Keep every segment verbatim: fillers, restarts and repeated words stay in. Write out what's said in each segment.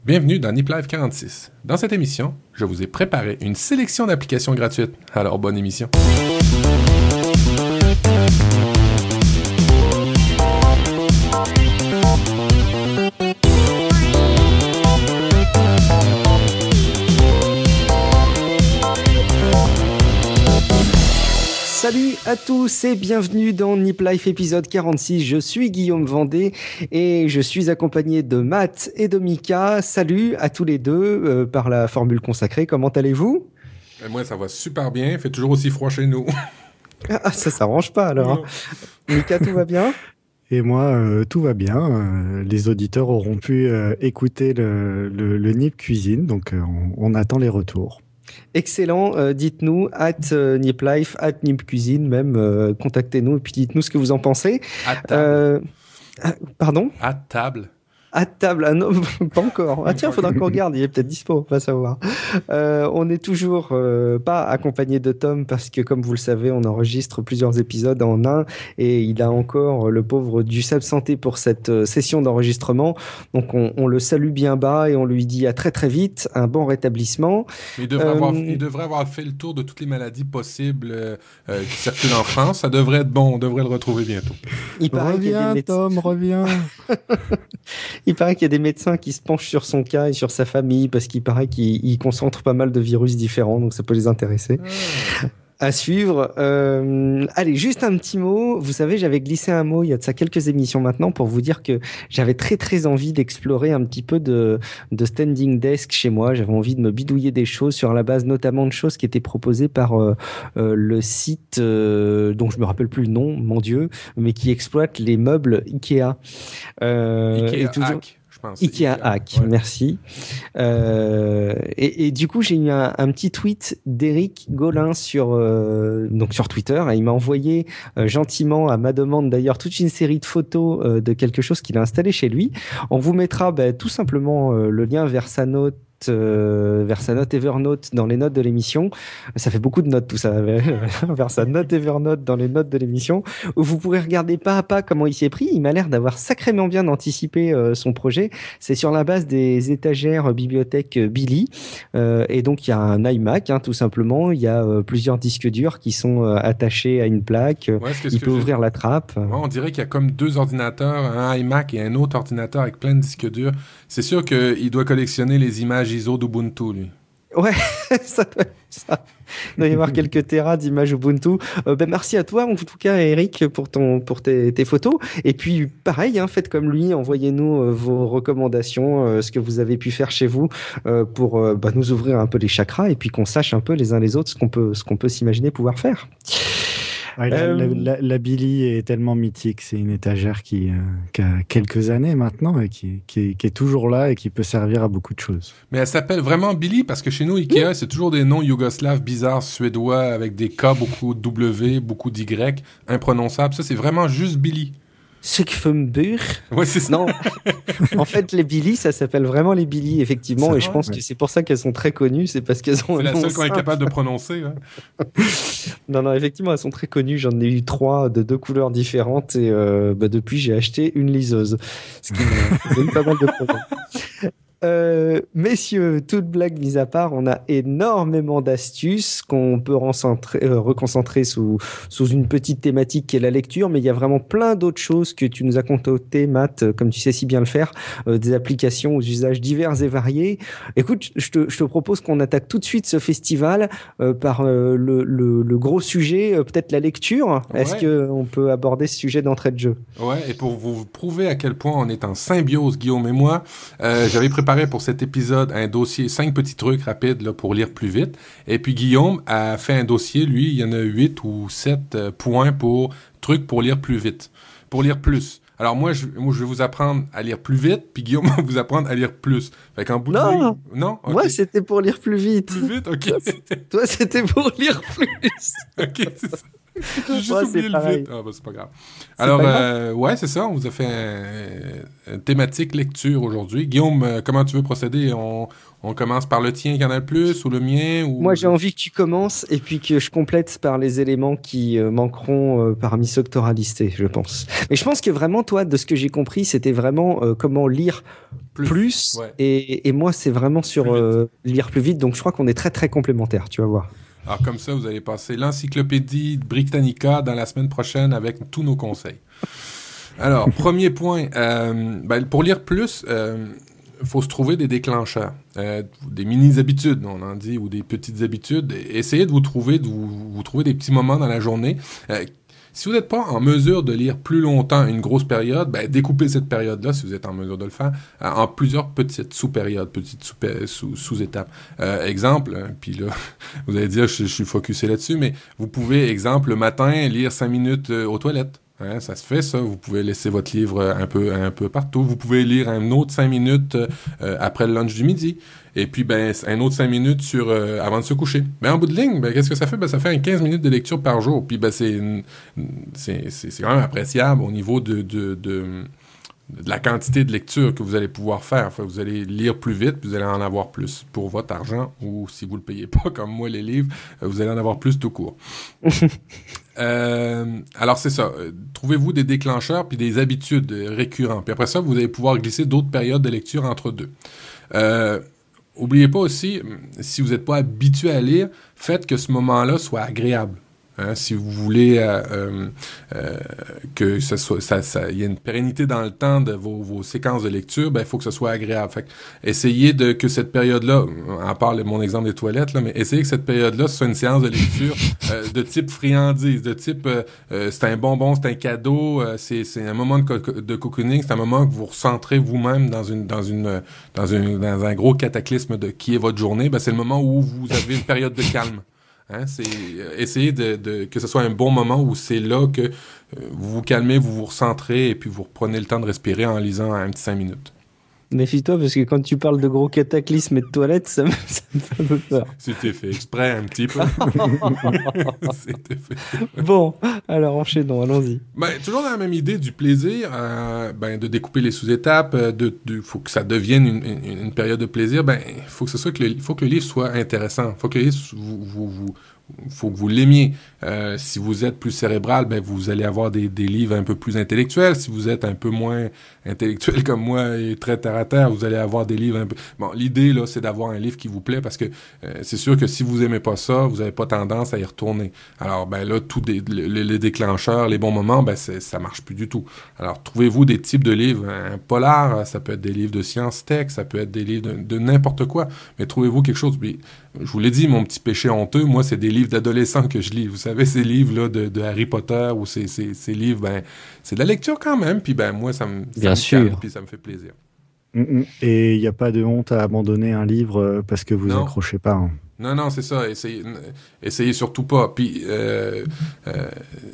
Bienvenue dans Nip Live quarante-six. Dans cette émission, je vous ai préparé une sélection d'applications gratuites. Alors, bonne émission. Salut à tous et bienvenue dans Nip Life épisode quarante-six. Je suis Guillaume Vendée et je suis accompagné de Matt et de Mika. Salut à tous les deux euh, par la formule consacrée. Comment allez-vous ? Et moi, ça va super bien. Il fait toujours aussi froid chez nous. Ah, ça s'arrange pas alors. Hein. Mika, tout va bien ? Et moi, euh, tout va bien. Euh, les auditeurs auront pu euh, écouter le, le, le Nip Cuisine, donc euh, on, on attend les retours. Excellent, euh, dites-nous, at euh, NipLife, at Nip Cuisine même, euh, contactez-nous et puis dites-nous ce que vous en pensez. À table. Euh, ah, pardon ? À table. À table, ah non, pas encore. Ah tiens, il faudra qu'on regarde, il est peut-être dispo, on va savoir. Euh, on n'est toujours euh, pas accompagné de Tom parce que, comme vous le savez, on enregistre plusieurs épisodes en un et il a encore, le pauvre, dû s'absenter pour cette euh, session d'enregistrement. Donc on, on le salue bien bas et on lui dit à très très vite, un bon rétablissement. Il devrait, euh, avoir, il devrait avoir fait le tour de toutes les maladies possibles euh, euh, qui circulent en France. Ça devrait être bon, on devrait le retrouver bientôt. Il paraît qu'il y a Reviens, des médecins... Tom, reviens. Il paraît qu'il y a des médecins qui se penchent sur son cas et sur sa famille parce qu'il paraît qu'il concentre pas mal de virus différents, donc ça peut les intéresser. Mmh. À suivre. Euh, allez, juste un petit mot. Vous savez, j'avais glissé un mot il y a de ça quelques émissions maintenant pour vous dire que j'avais très très envie d'explorer un petit peu de, de standing desk chez moi. J'avais envie de me bidouiller des choses sur la base notamment de choses qui étaient proposées par euh, euh, le site euh, dont je me rappelle plus le nom, mon Dieu, mais qui exploite les meubles Ikea. Euh, Ikea et toujours... Hack. Ikea, Ikea Hack, ouais. Merci. Euh, et, et du coup, j'ai eu un, un petit tweet d'Éric Golin sur, euh, donc sur Twitter. Et il m'a envoyé euh, gentiment, à ma demande d'ailleurs, toute une série de photos euh, de quelque chose qu'il a installé chez lui. On vous mettra bah, tout simplement euh, le lien vers sa note. Euh, vers sa note Evernote dans les notes de l'émission. Ça fait beaucoup de notes tout ça. Vers sa note Evernote dans les notes de l'émission où vous pourrez regarder pas à pas comment il s'est pris. Il m'a l'air d'avoir sacrément bien anticipé euh, son projet. C'est sur la base des étagères bibliothèque Billy. Euh, et donc il y a un iMac hein, tout simplement. Il y a euh, plusieurs disques durs qui sont euh, attachés à une plaque. Ouais, il peut ouvrir la trappe. Ouais, on dirait qu'il y a comme deux ordinateurs, un iMac et un autre ordinateur avec plein de disques durs. C'est sûr qu'il doit collectionner les images I S O d'Ubuntu, lui. Ouais, ça doit être ça. Il doit y avoir quelques terras d'images Ubuntu. Euh, ben merci à toi, en tout cas, Eric, pour, ton, pour tes, tes photos. Et puis, pareil, hein, faites comme lui, envoyez-nous euh, vos recommandations, euh, ce que vous avez pu faire chez vous euh, pour euh, bah, nous ouvrir un peu les chakras et puis qu'on sache un peu les uns les autres ce qu'on peut, ce qu'on peut s'imaginer pouvoir faire. Ouais, la, euh... la, la, la Billy est tellement mythique, c'est une étagère qui, euh, qui a quelques années maintenant et qui, qui, qui est toujours là et qui peut servir à beaucoup de choses. Mais elle s'appelle vraiment Billy parce que chez nous, Ikea, oui. C'est toujours des noms yougoslaves bizarres, suédois, avec des K, beaucoup de W, beaucoup d'Y, imprononçables. Ça, c'est vraiment juste Billy. Schufenburg. Ouais, c'est ça. Non. En fait, les Billy, ça s'appelle vraiment les Billy, effectivement. Ça, et je pense ouais. que c'est pour ça qu'elles sont très connues. C'est parce qu'elles ont. C'est la seule qu'on est capable de prononcer. Hein. non, non, effectivement, elles sont très connues. J'en ai eu trois de deux couleurs différentes. Et euh, bah, depuis, j'ai acheté une liseuse. Ce qui m'a eu pas mal de problèmes. Euh, messieurs, toute blague mise à part, on a énormément d'astuces qu'on peut euh, reconcentrer sous, sous une petite thématique qui est la lecture, mais il y a vraiment plein d'autres choses que tu nous as concoctées, Matt, comme tu sais si bien le faire, euh, des applications aux usages divers et variés. Écoute, je te, je te propose qu'on attaque tout de suite ce festival euh, par euh, le, le, le gros sujet, euh, peut-être la lecture. Ouais. Est-ce qu'on peut aborder ce sujet d'entrée de jeu ? Ouais, et pour vous prouver à quel point on est en symbiose, Guillaume et moi, euh, j'avais préparé pour cet épisode un dossier, cinq petits trucs rapides là, pour lire plus vite. Et puis Guillaume a fait un dossier, lui, il y en a huit ou sept euh, points pour trucs pour lire plus vite, pour lire plus. Alors moi je, moi, je vais vous apprendre à lire plus vite, puis Guillaume va vous apprendre à lire plus. Fait qu'en bout non, de ligne... Non, okay. Moi, c'était pour lire plus vite. Plus vite, OK. Toi, c'était pour lire plus. OK, c'est ça. J'ai juste Ouais, oublié c'est le pareil. vite. Ah, bah, c'est pas grave. C'est Alors, pas grave. euh, ouais, c'est ça. On vous a fait un, une thématique lecture aujourd'hui. Guillaume, euh, comment tu veux procéder? On, on commence par le tien, Canal Plus, ou le mien? Ou... Moi, j'ai envie que tu commences et puis que je complète par les éléments qui euh, manqueront euh, parmi ceux que tu auras listés, je pense. Mais je pense que vraiment, toi, de ce que j'ai compris, c'était vraiment euh, comment lire Plus. plus. Ouais. Et, et moi, c'est vraiment sur Plus vite. euh, lire plus vite. Donc, je crois qu'on est très, très complémentaires. Tu vas voir. Alors, comme ça, vous allez passer l'encyclopédie Britannica dans la semaine prochaine avec tous nos conseils. Alors, premier point. Euh, ben, pour lire plus, il euh, faut se trouver des déclencheurs. Euh, des mini-habitudes, on en dit, ou des petites habitudes. Essayez de vous trouver, de vous, vous trouver des petits moments dans la journée. Euh, si vous n'êtes pas en mesure de lire plus longtemps une grosse période, ben, découpez cette période-là, si vous êtes en mesure de le faire, en plusieurs petites sous-périodes, petites sous- sous- sous-étapes. Euh, exemple, hein, puis là, vous allez dire, je, je suis focusé là-dessus, mais vous pouvez, exemple, le matin, lire cinq minutes euh, aux toilettes. Hein, ça se fait, ça. Vous pouvez laisser votre livre un peu, un peu partout. Vous pouvez lire un autre cinq minutes euh, après le lunch du midi. Et puis, ben, un autre cinq minutes sur euh, avant de se coucher. Ben, en bout de ligne, ben, qu'est-ce que ça fait? Ben, ça fait un quinze minutes de lecture par jour. Puis, ben, c'est, une, c'est, c'est, c'est quand même appréciable au niveau de, de, de, de la quantité de lecture que vous allez pouvoir faire. Enfin, vous allez lire plus vite, puis vous allez en avoir plus pour votre argent. Ou si vous le payez pas, comme moi, les livres, vous allez en avoir plus tout court. Euh, alors c'est ça, trouvez-vous des déclencheurs puis des habitudes récurrentes. Puis après ça, vous allez pouvoir glisser d'autres périodes de lecture entre deux. Euh, oubliez pas aussi, si vous n'êtes pas habitué à lire, faites que ce moment-là soit agréable. Hein, si vous voulez euh, euh, euh, que ce soit, ça, ça, y ait une pérennité dans le temps de vos, vos séquences de lecture, ben il faut que ce soit agréable. Fait que essayez de que cette période-là, à part le, mon exemple des toilettes, là, mais essayez que cette période-là soit une séance de lecture euh, de type friandise, de type euh, euh, c'est un bonbon, c'est un cadeau, euh, c'est, c'est un moment de, co- de cocooning, c'est un moment que vous recentrez vous-même dans une dans une dans une dans un gros cataclysme de qui est votre journée. Ben c'est le moment où vous avez une période de calme. Hein, c'est euh, essayer de, de que ce soit un bon moment où c'est là que euh, vous vous calmez, vous vous recentrez et puis vous reprenez le temps de respirer en lisant un petit cinq minutes. Méfie-toi, parce que quand tu parles de gros cataclysmes et de toilettes, ça me, ça me fait un peu peur. C'était fait exprès un petit peu. C'était fait. Bon, alors enchaînons, allons-y. Ben, toujours dans la même idée du plaisir, euh, ben, de découper les sous-étapes, euh, de, de, faut que ça devienne une, une, une période de plaisir, ben, faut que ce soit que le, faut que le livre soit intéressant. Faut que le livre, vous, vous, vous faut que vous l'aimiez. Euh, si vous êtes plus cérébral, ben vous allez avoir des, des livres un peu plus intellectuels. Si vous êtes un peu moins intellectuel comme moi et très terre à terre, vous allez avoir des livres un peu... Bon, l'idée, là, c'est d'avoir un livre qui vous plaît parce que euh, c'est sûr que si vous aimez pas ça, vous n'avez pas tendance à y retourner. Alors, ben là, tous les, les, les déclencheurs, les bons moments, ben c'est, ça marche plus du tout. Alors, trouvez-vous des types de livres. Un polar, ça peut être des livres de science-tech, ça peut être des livres de, de n'importe quoi, mais trouvez-vous quelque chose... Puis, je vous l'ai dit, mon petit péché honteux, moi, c'est des livres d'adolescents que je lis. Vous savez, ces livres-là de, de Harry Potter ou ces, ces, ces livres, ben, c'est de la lecture quand même. Puis ben, moi, ça me, ça Bien me sûr. calme, puis ça me fait plaisir. Et il n'y a pas de honte à abandonner un livre parce que vous Non. accrochez pas. Hein. Non, non, c'est ça. Essayez, essayez surtout pas. Puis, euh, euh,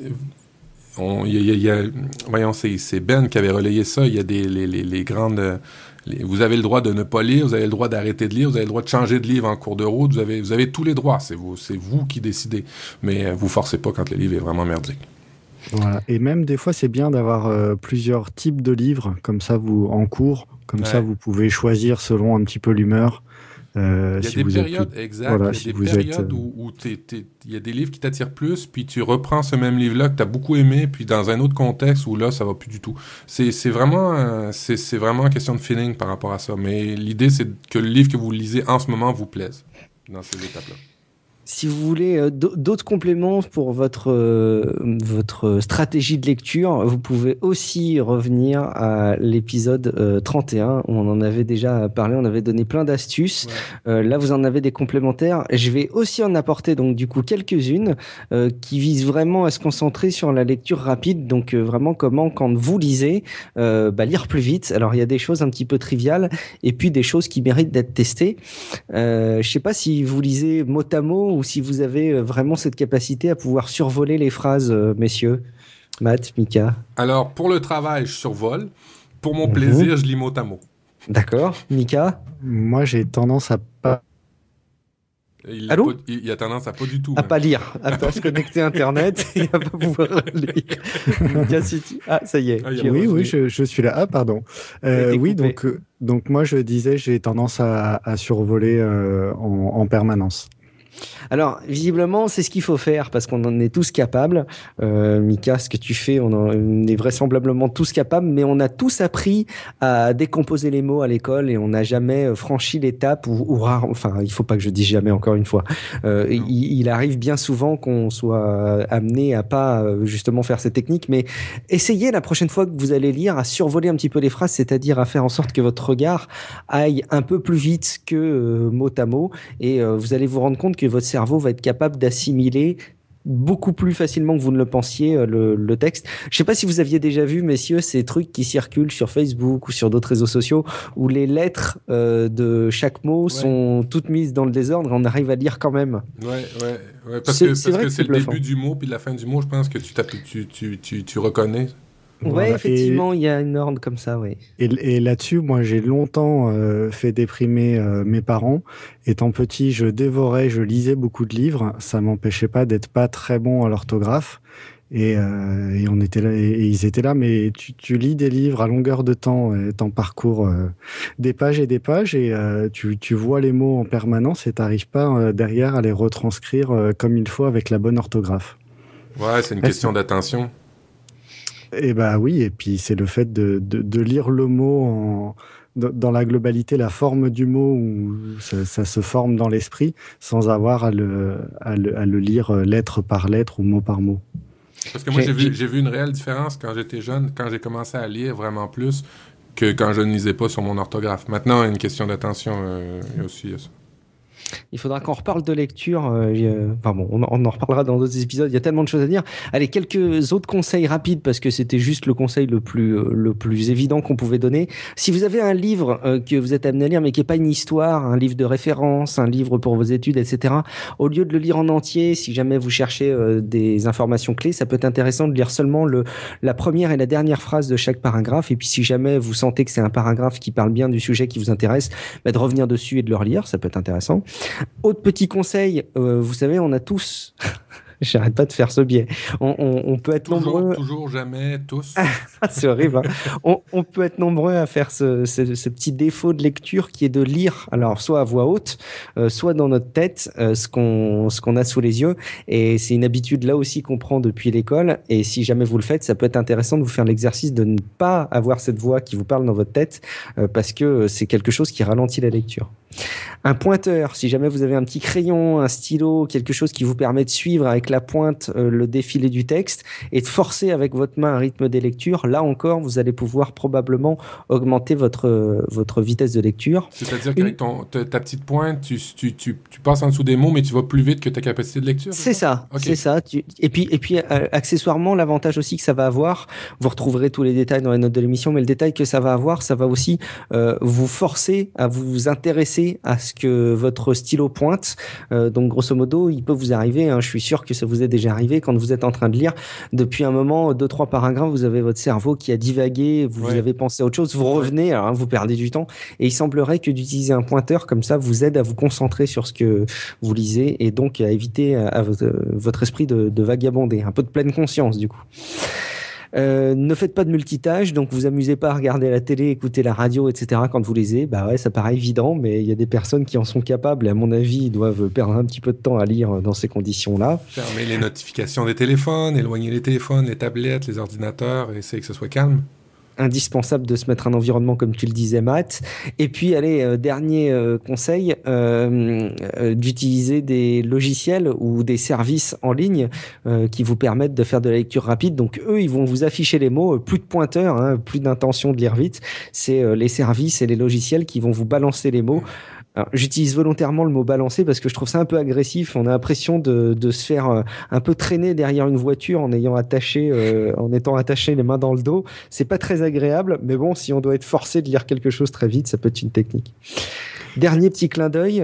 on, y a, y a, y a, voyons, c'est, c'est Ben qui avait relayé ça. Il y a des les, les, les grandes... Les, vous avez le droit de ne pas lire, vous avez le droit d'arrêter de lire, vous avez le droit de changer de livre en cours de route, vous avez, vous avez tous les droits. C'est vous, c'est vous qui décidez. Mais euh, vous forcez pas quand le livre est vraiment merdique. Voilà. Et même des fois, c'est bien d'avoir euh, plusieurs types de livres, comme ça, vous en cours. Comme Ouais. ça, vous pouvez choisir selon un petit peu l'humeur. Euh, il y a si des vous périodes, plus... exact, voilà, il y a si des vous périodes êtes, euh... où, où t'es, t'es, il y a des livres qui t'attirent plus, puis tu reprends ce même livre-là que tu as beaucoup aimé, puis dans un autre contexte où là, ça va plus du tout. C'est, c'est, vraiment, euh, c'est, c'est vraiment une question de feeling par rapport à ça. Mais l'idée, c'est que le livre que vous lisez en ce moment vous plaise dans ces étapes-là. Si vous voulez euh, d'autres compléments pour votre, euh, votre stratégie de lecture, vous pouvez aussi revenir à l'épisode euh, trente et un où on en avait déjà parlé, on avait donné plein d'astuces. Ouais. Euh, là, vous en avez des complémentaires. Je vais aussi en apporter donc du coup quelques-unes euh, qui visent vraiment à se concentrer sur la lecture rapide. Donc euh, vraiment comment, quand vous lisez, euh, bah, lire plus vite. Alors il y a des choses un petit peu triviales et puis des choses qui méritent d'être testées. Euh, je sais pas si vous lisez mot à mot ou si vous avez vraiment cette capacité à pouvoir survoler les phrases, euh, messieurs. Matt, Mika. Alors, pour le travail, je survole. Pour mon mmh. plaisir, je lis mot à mot. D'accord. Mika? Moi, j'ai tendance à pas... Il, Allô pas, il, il a tendance à pas du tout. À même. pas lire, à pas se connecter à Internet et à pas pouvoir lire. Ah, ça y est. Ah, il y a Oui, revenu. oui, je, je suis là. Ah, pardon. Euh, oui, donc, euh, donc moi, je disais, j'ai tendance à, à survoler euh, en, en permanence. Alors, visiblement, c'est ce qu'il faut faire parce qu'on en est tous capables. Euh, Mika, ce que tu fais, on en est vraisemblablement tous capables, mais on a tous appris à décomposer les mots à l'école et on n'a jamais franchi l'étape ou, ou rare. Enfin, il faut pas que je dise jamais encore une fois. Euh, il, il arrive bien souvent qu'on soit amené à pas justement faire ces techniques, mais essayez la prochaine fois que vous allez lire à survoler un petit peu les phrases, c'est-à-dire à faire en sorte que votre regard aille un peu plus vite que euh, mot à mot et euh, vous allez vous rendre compte que votre cerveau va être capable d'assimiler beaucoup plus facilement que vous ne le pensiez le, le texte. Je ne sais pas si vous aviez déjà vu, messieurs, ces trucs qui circulent sur Facebook ou sur d'autres réseaux sociaux où les lettres euh, de chaque mot ouais. sont toutes mises dans le désordre et on arrive à lire quand même. Ouais, ouais, ouais. Parce c'est, que c'est, parce que c'est le bluffant. début du mot puis la fin du mot, je pense que tu, tu, tu, tu, tu reconnais. Voilà. Ouais, effectivement, il y a une ordre comme ça, oui. Et, et là-dessus, moi, j'ai longtemps euh, fait déprimer euh, mes parents. Étant petit, je dévorais, je lisais beaucoup de livres. Ça m'empêchait pas d'être pas très bon à l'orthographe. Et, euh, et on était là, et, et ils étaient là. Mais tu, tu lis des livres à longueur de temps, et t'en parcours euh, des pages et des pages, et euh, tu, tu vois les mots en permanence, et t'arrives pas euh, derrière à les retranscrire euh, comme il faut avec la bonne orthographe. Ouais, c'est une Là, question c'est... d'attention. Eh ben oui, et puis c'est le fait de, de, de lire le mot en, dans la globalité, la forme du mot, où ça, ça se forme dans l'esprit, sans avoir à le, à le, à le lire lettre par lettre ou mot par mot. Parce que moi, j'ai, j'ai, vu, j'ai vu une réelle différence quand j'étais jeune, quand j'ai commencé à lire vraiment plus que quand je ne lisais pas sur mon orthographe. Maintenant, il y a une question d'attention euh, il y a aussi ça. Il faudra qu'on reparle de lecture. Euh, enfin bon, on, on en reparlera dans d'autres épisodes. Il y a tellement de choses à dire. Allez, quelques autres conseils rapides parce que c'était juste le conseil le plus euh, le plus évident qu'on pouvait donner. Si vous avez un livre euh, que vous êtes amené à lire mais qui est pas une histoire, un livre de référence, un livre pour vos études, et cetera. Au lieu de le lire en entier, si jamais vous cherchez euh, des informations clés, ça peut être intéressant de lire seulement le la première et la dernière phrase de chaque paragraphe. Et puis si jamais vous sentez que c'est un paragraphe qui parle bien du sujet qui vous intéresse, bah, de revenir dessus et de le relire, ça peut être intéressant. Autre petit conseil, euh, vous savez, on a tous, j'arrête pas de faire ce biais, on, on, on peut être toujours, nombreux... Toujours, jamais, tous. C'est horrible. Hein. On, on peut être nombreux à faire ce, ce, ce petit défaut de lecture qui est de lire, alors soit à voix haute, euh, soit dans notre tête, euh, ce qu'on ce qu'on a sous les yeux. Et c'est une habitude là aussi qu'on prend depuis l'école. Et si jamais vous le faites, ça peut être intéressant de vous faire l'exercice de ne pas avoir cette voix qui vous parle dans votre tête, euh, parce que c'est quelque chose qui ralentit la lecture. Un pointeur, si jamais vous avez un petit crayon, un stylo, quelque chose qui vous permet de suivre avec la pointe euh, le défilé du texte et de forcer avec votre main un rythme des lectures, là encore, vous allez pouvoir probablement augmenter votre, euh, votre vitesse de lecture. C'est-à-dire qu'avec ton, ta, ta petite pointe, tu, tu, tu, tu passes en dessous des mots, mais tu vas plus vite que ta capacité de lecture? C'est, c'est ça, ça okay. c'est ça. Tu... Et puis, et puis euh, accessoirement, l'avantage aussi que ça va avoir, vous retrouverez tous les détails dans les notes de l'émission, mais le détail que ça va avoir, ça va aussi euh, vous forcer à vous intéresser à ce que votre stylo pointe. Euh, donc, grosso modo, il peut vous arriver, hein, je suis sûr que ça vous est déjà arrivé, quand vous êtes en train de lire, depuis un moment, deux, trois paragraphes, vous avez votre cerveau qui a divagué, vous ouais. avez pensé à autre chose, vous revenez, alors, hein, vous perdez du temps, et il semblerait que d'utiliser un pointeur comme ça vous aide à vous concentrer sur ce que vous lisez, et donc à éviter à, à votre, votre esprit de, de vagabonder, un peu de pleine conscience, du coup. Euh, ne faites pas de multitâche, donc vous amusez pas à regarder la télé, écouter la radio, et cetera quand vous lisez. Bah ouais, ça paraît évident, mais il y a des personnes qui en sont capables et à mon avis, ils doivent perdre un petit peu de temps à lire dans ces conditions-là. Fermer les notifications des téléphones, éloigner les téléphones, les tablettes, les ordinateurs, et essayer que ce soit calme. Indispensable de se mettre un environnement comme tu le disais, Matt. Et puis, allez, euh, dernier euh, conseil, euh, euh, d'utiliser des logiciels ou des services en ligne euh, qui vous permettent de faire de la lecture rapide. Donc, eux, ils vont vous afficher les mots, plus de pointeurs, hein, plus d'intention de lire vite. C'est euh, les services et les logiciels qui vont vous balancer les mots. Alors, j'utilise volontairement le mot balancer parce que je trouve ça un peu agressif. On a l'impression de, de se faire euh, un peu traîner derrière une voiture en ayant attaché, euh, en étant attaché les mains dans le dos. C'est pas très agréable, mais bon, si on doit être forcé de lire quelque chose très vite, ça peut être une technique. Dernier petit clin d'œil,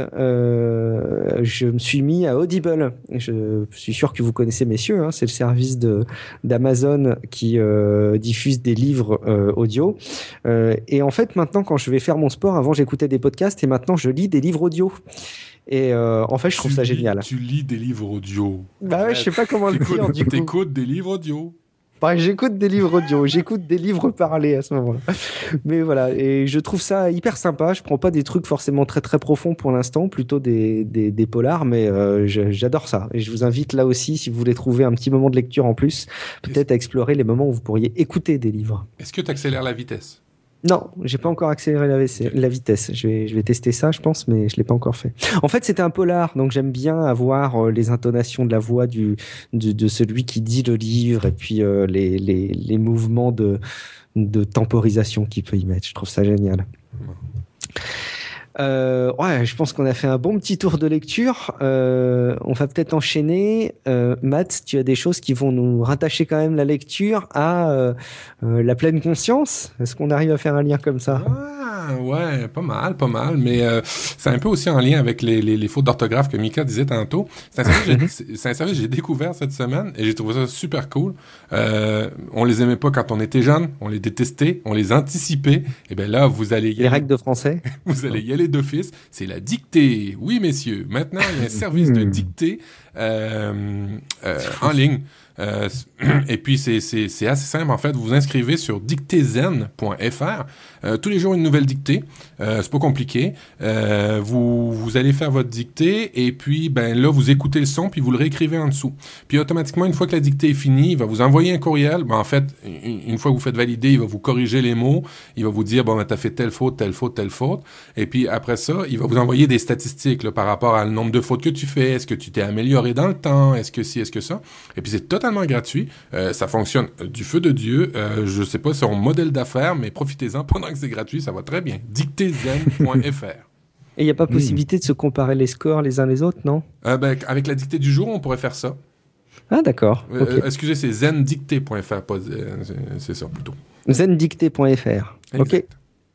euh, je me suis mis à Audible. Je suis sûr que vous connaissez, messieurs, hein, c'est le service de, d'Amazon qui euh, diffuse des livres euh, audio. Euh, et en fait, maintenant, quand je vais faire mon sport, avant j'écoutais des podcasts et maintenant je lis des livres audio. Et euh, en fait, je trouve tu ça lis, génial. Tu lis des livres audio. Bah ouais, je sais pas comment le dire. Du coup, t'écoutes des livres audio. Bah, j'écoute des livres audio, j'écoute des livres parlés à ce moment-là. Mais voilà, et je trouve ça hyper sympa. Je prends pas des trucs forcément très très profonds pour l'instant, plutôt des, des, des polars, mais euh, je, j'adore ça. Et je vous invite là aussi, si vous voulez trouver un petit moment de lecture en plus, peut-être à explorer les moments où vous pourriez écouter des livres. Est-ce que tu accélères la vitesse? Non, j'ai pas encore accéléré la, la vitesse. Je vais, je vais tester ça, je pense, mais je l'ai pas encore fait. En fait, c'était un polar, donc j'aime bien avoir euh, les intonations de la voix du, du de celui qui dit le livre et puis euh, les, les, les mouvements de, de temporisation qu'il peut y mettre. Je trouve ça génial. Mmh. Euh, ouais, je pense qu'on a fait un bon petit tour de lecture. Euh, on va peut-être enchaîner. Euh, Matt, tu as des choses qui vont nous rattacher quand même la lecture à euh, euh, la pleine conscience. Est-ce qu'on arrive à faire un lien comme ça? Ah, ouais, pas mal, pas mal. Mais euh, c'est un peu aussi en lien avec les, les, les fautes d'orthographe que Mika disait tantôt. C'est un service que j'ai, c'est un service que j'ai découvert cette semaine et j'ai trouvé ça super cool. Euh, on les aimait pas quand on était jeune, on les détestait, on les anticipait. Et bien là, vous allez y aller. Les règles de français. Vous allez y aller d'office. C'est la dictée. Oui, messieurs. Maintenant, il y a un service de dictée euh, euh, en ligne. Euh, et puis c'est, c'est, c'est assez simple en fait, vous vous inscrivez sur dictézen point f r, euh, tous les jours une nouvelle dictée, euh, c'est pas compliqué, euh, vous, vous allez faire votre dictée et puis ben là vous écoutez le son puis vous le réécrivez en dessous, puis automatiquement une fois que la dictée est finie, il va vous envoyer un courriel, ben en fait une, une fois que vous faites valider, il va vous corriger les mots, il va vous dire bon ben t'as fait telle faute, telle faute, telle faute, et puis après ça il va vous envoyer des statistiques là, par rapport à le nombre de fautes que tu fais, est-ce que tu t'es amélioré dans le temps, est-ce que ci, est-ce que ça, et puis c'est totalement gratuit, euh, ça fonctionne du feu de Dieu, euh, je sais pas si c'est un modèle d'affaires, mais profitez-en pendant que c'est gratuit, ça va très bien. dictézen point f r. Et il n'y a pas possibilité mmh. de se comparer les scores les uns les autres, non? euh, ben, avec la dictée du jour, on pourrait faire ça. Ah d'accord. Euh, okay. Excusez, c'est zendictée point f r, pas, euh, c'est, c'est ça plutôt. zendictée point f r. Ok.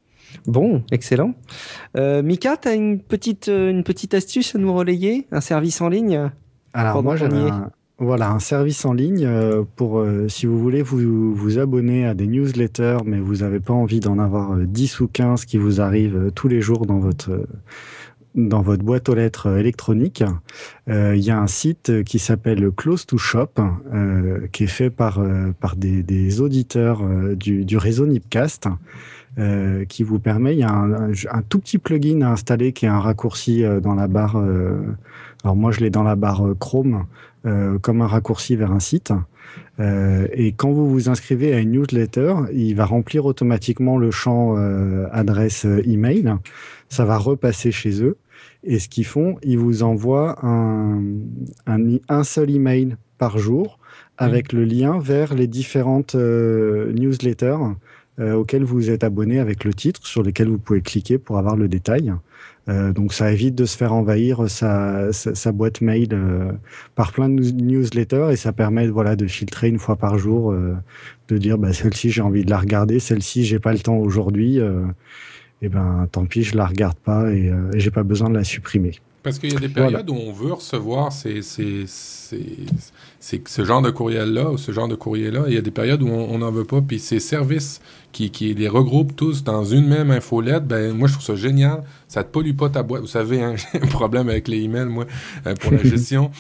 Bon, excellent. Euh, Mika, tu as une petite, une petite astuce à nous relayer? Un service en ligne? Alors moi, j'avais un, voilà, un service en ligne euh, pour, euh, si vous voulez vous, vous abonner à des newsletters, mais vous n'avez pas envie d'en avoir euh, dix ou quinze qui vous arrivent euh, tous les jours dans votre... Euh, dans votre boîte aux lettres électronique, il euh, y a un site qui s'appelle Close to Shop, euh, qui est fait par, euh, par des, des auditeurs euh, du, du réseau Nipcast, euh, qui vous permet, il y a un, un, un tout petit plugin à installer qui est un raccourci euh, dans la barre, euh, alors moi je l'ai dans la barre Chrome, euh, comme un raccourci vers un site. Euh, et quand vous vous inscrivez à une newsletter, il va remplir automatiquement le champ euh, adresse email. Ça va repasser chez eux. Et ce qu'ils font, ils vous envoient un, un, un seul email par jour avec mmh. le lien vers les différentes euh, newsletters euh, auxquelles vous êtes abonné avec le titre sur lesquels vous pouvez cliquer pour avoir le détail. Euh, donc ça évite de se faire envahir sa, sa, sa boîte mail euh, par plein de newsletters et ça permet voilà, de filtrer une fois par jour, euh, de dire bah, celle-ci j'ai envie de la regarder, celle-ci j'ai pas le temps aujourd'hui. Euh, et ben tant pis, je la regarde pas et, euh, et j'ai pas besoin de la supprimer. Parce qu'il y a des périodes voilà. où on veut recevoir ces, ces, ces, ces, ce genre de courriel-là ou ce genre de courrier-là. Il y a des périodes où on n'en veut pas. Puis ces services qui, qui les regroupent tous dans une même infolette, ben moi, je trouve ça génial. Ça te pollue pas ta boîte. Vous savez, hein, j'ai un problème avec les emails, moi, euh, pour la gestion.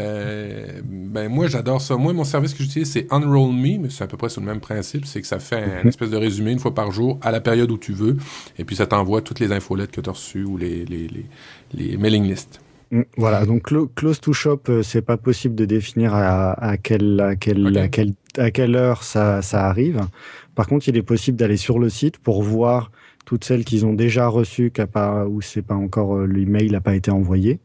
euh, ben moi, j'adore ça. Moi, mon service que j'utilise, c'est Unroll Me, mais c'est à peu près sur le même principe. C'est que ça fait un, une espèce de résumé une fois par jour à la période où tu veux. Et puis, ça t'envoie toutes les infolettes que tu as reçues ou les, les, les, les mailing lists. Voilà, donc Close to Shop, c'est pas possible de définir à, à, quelle, à, quelle, okay. à, quelle, à quelle heure ça, ça arrive. Par contre, il est possible d'aller sur le site pour voir toutes celles qu'ils ont déjà reçues, pas, où c'est pas encore l'email n'a pas été envoyé.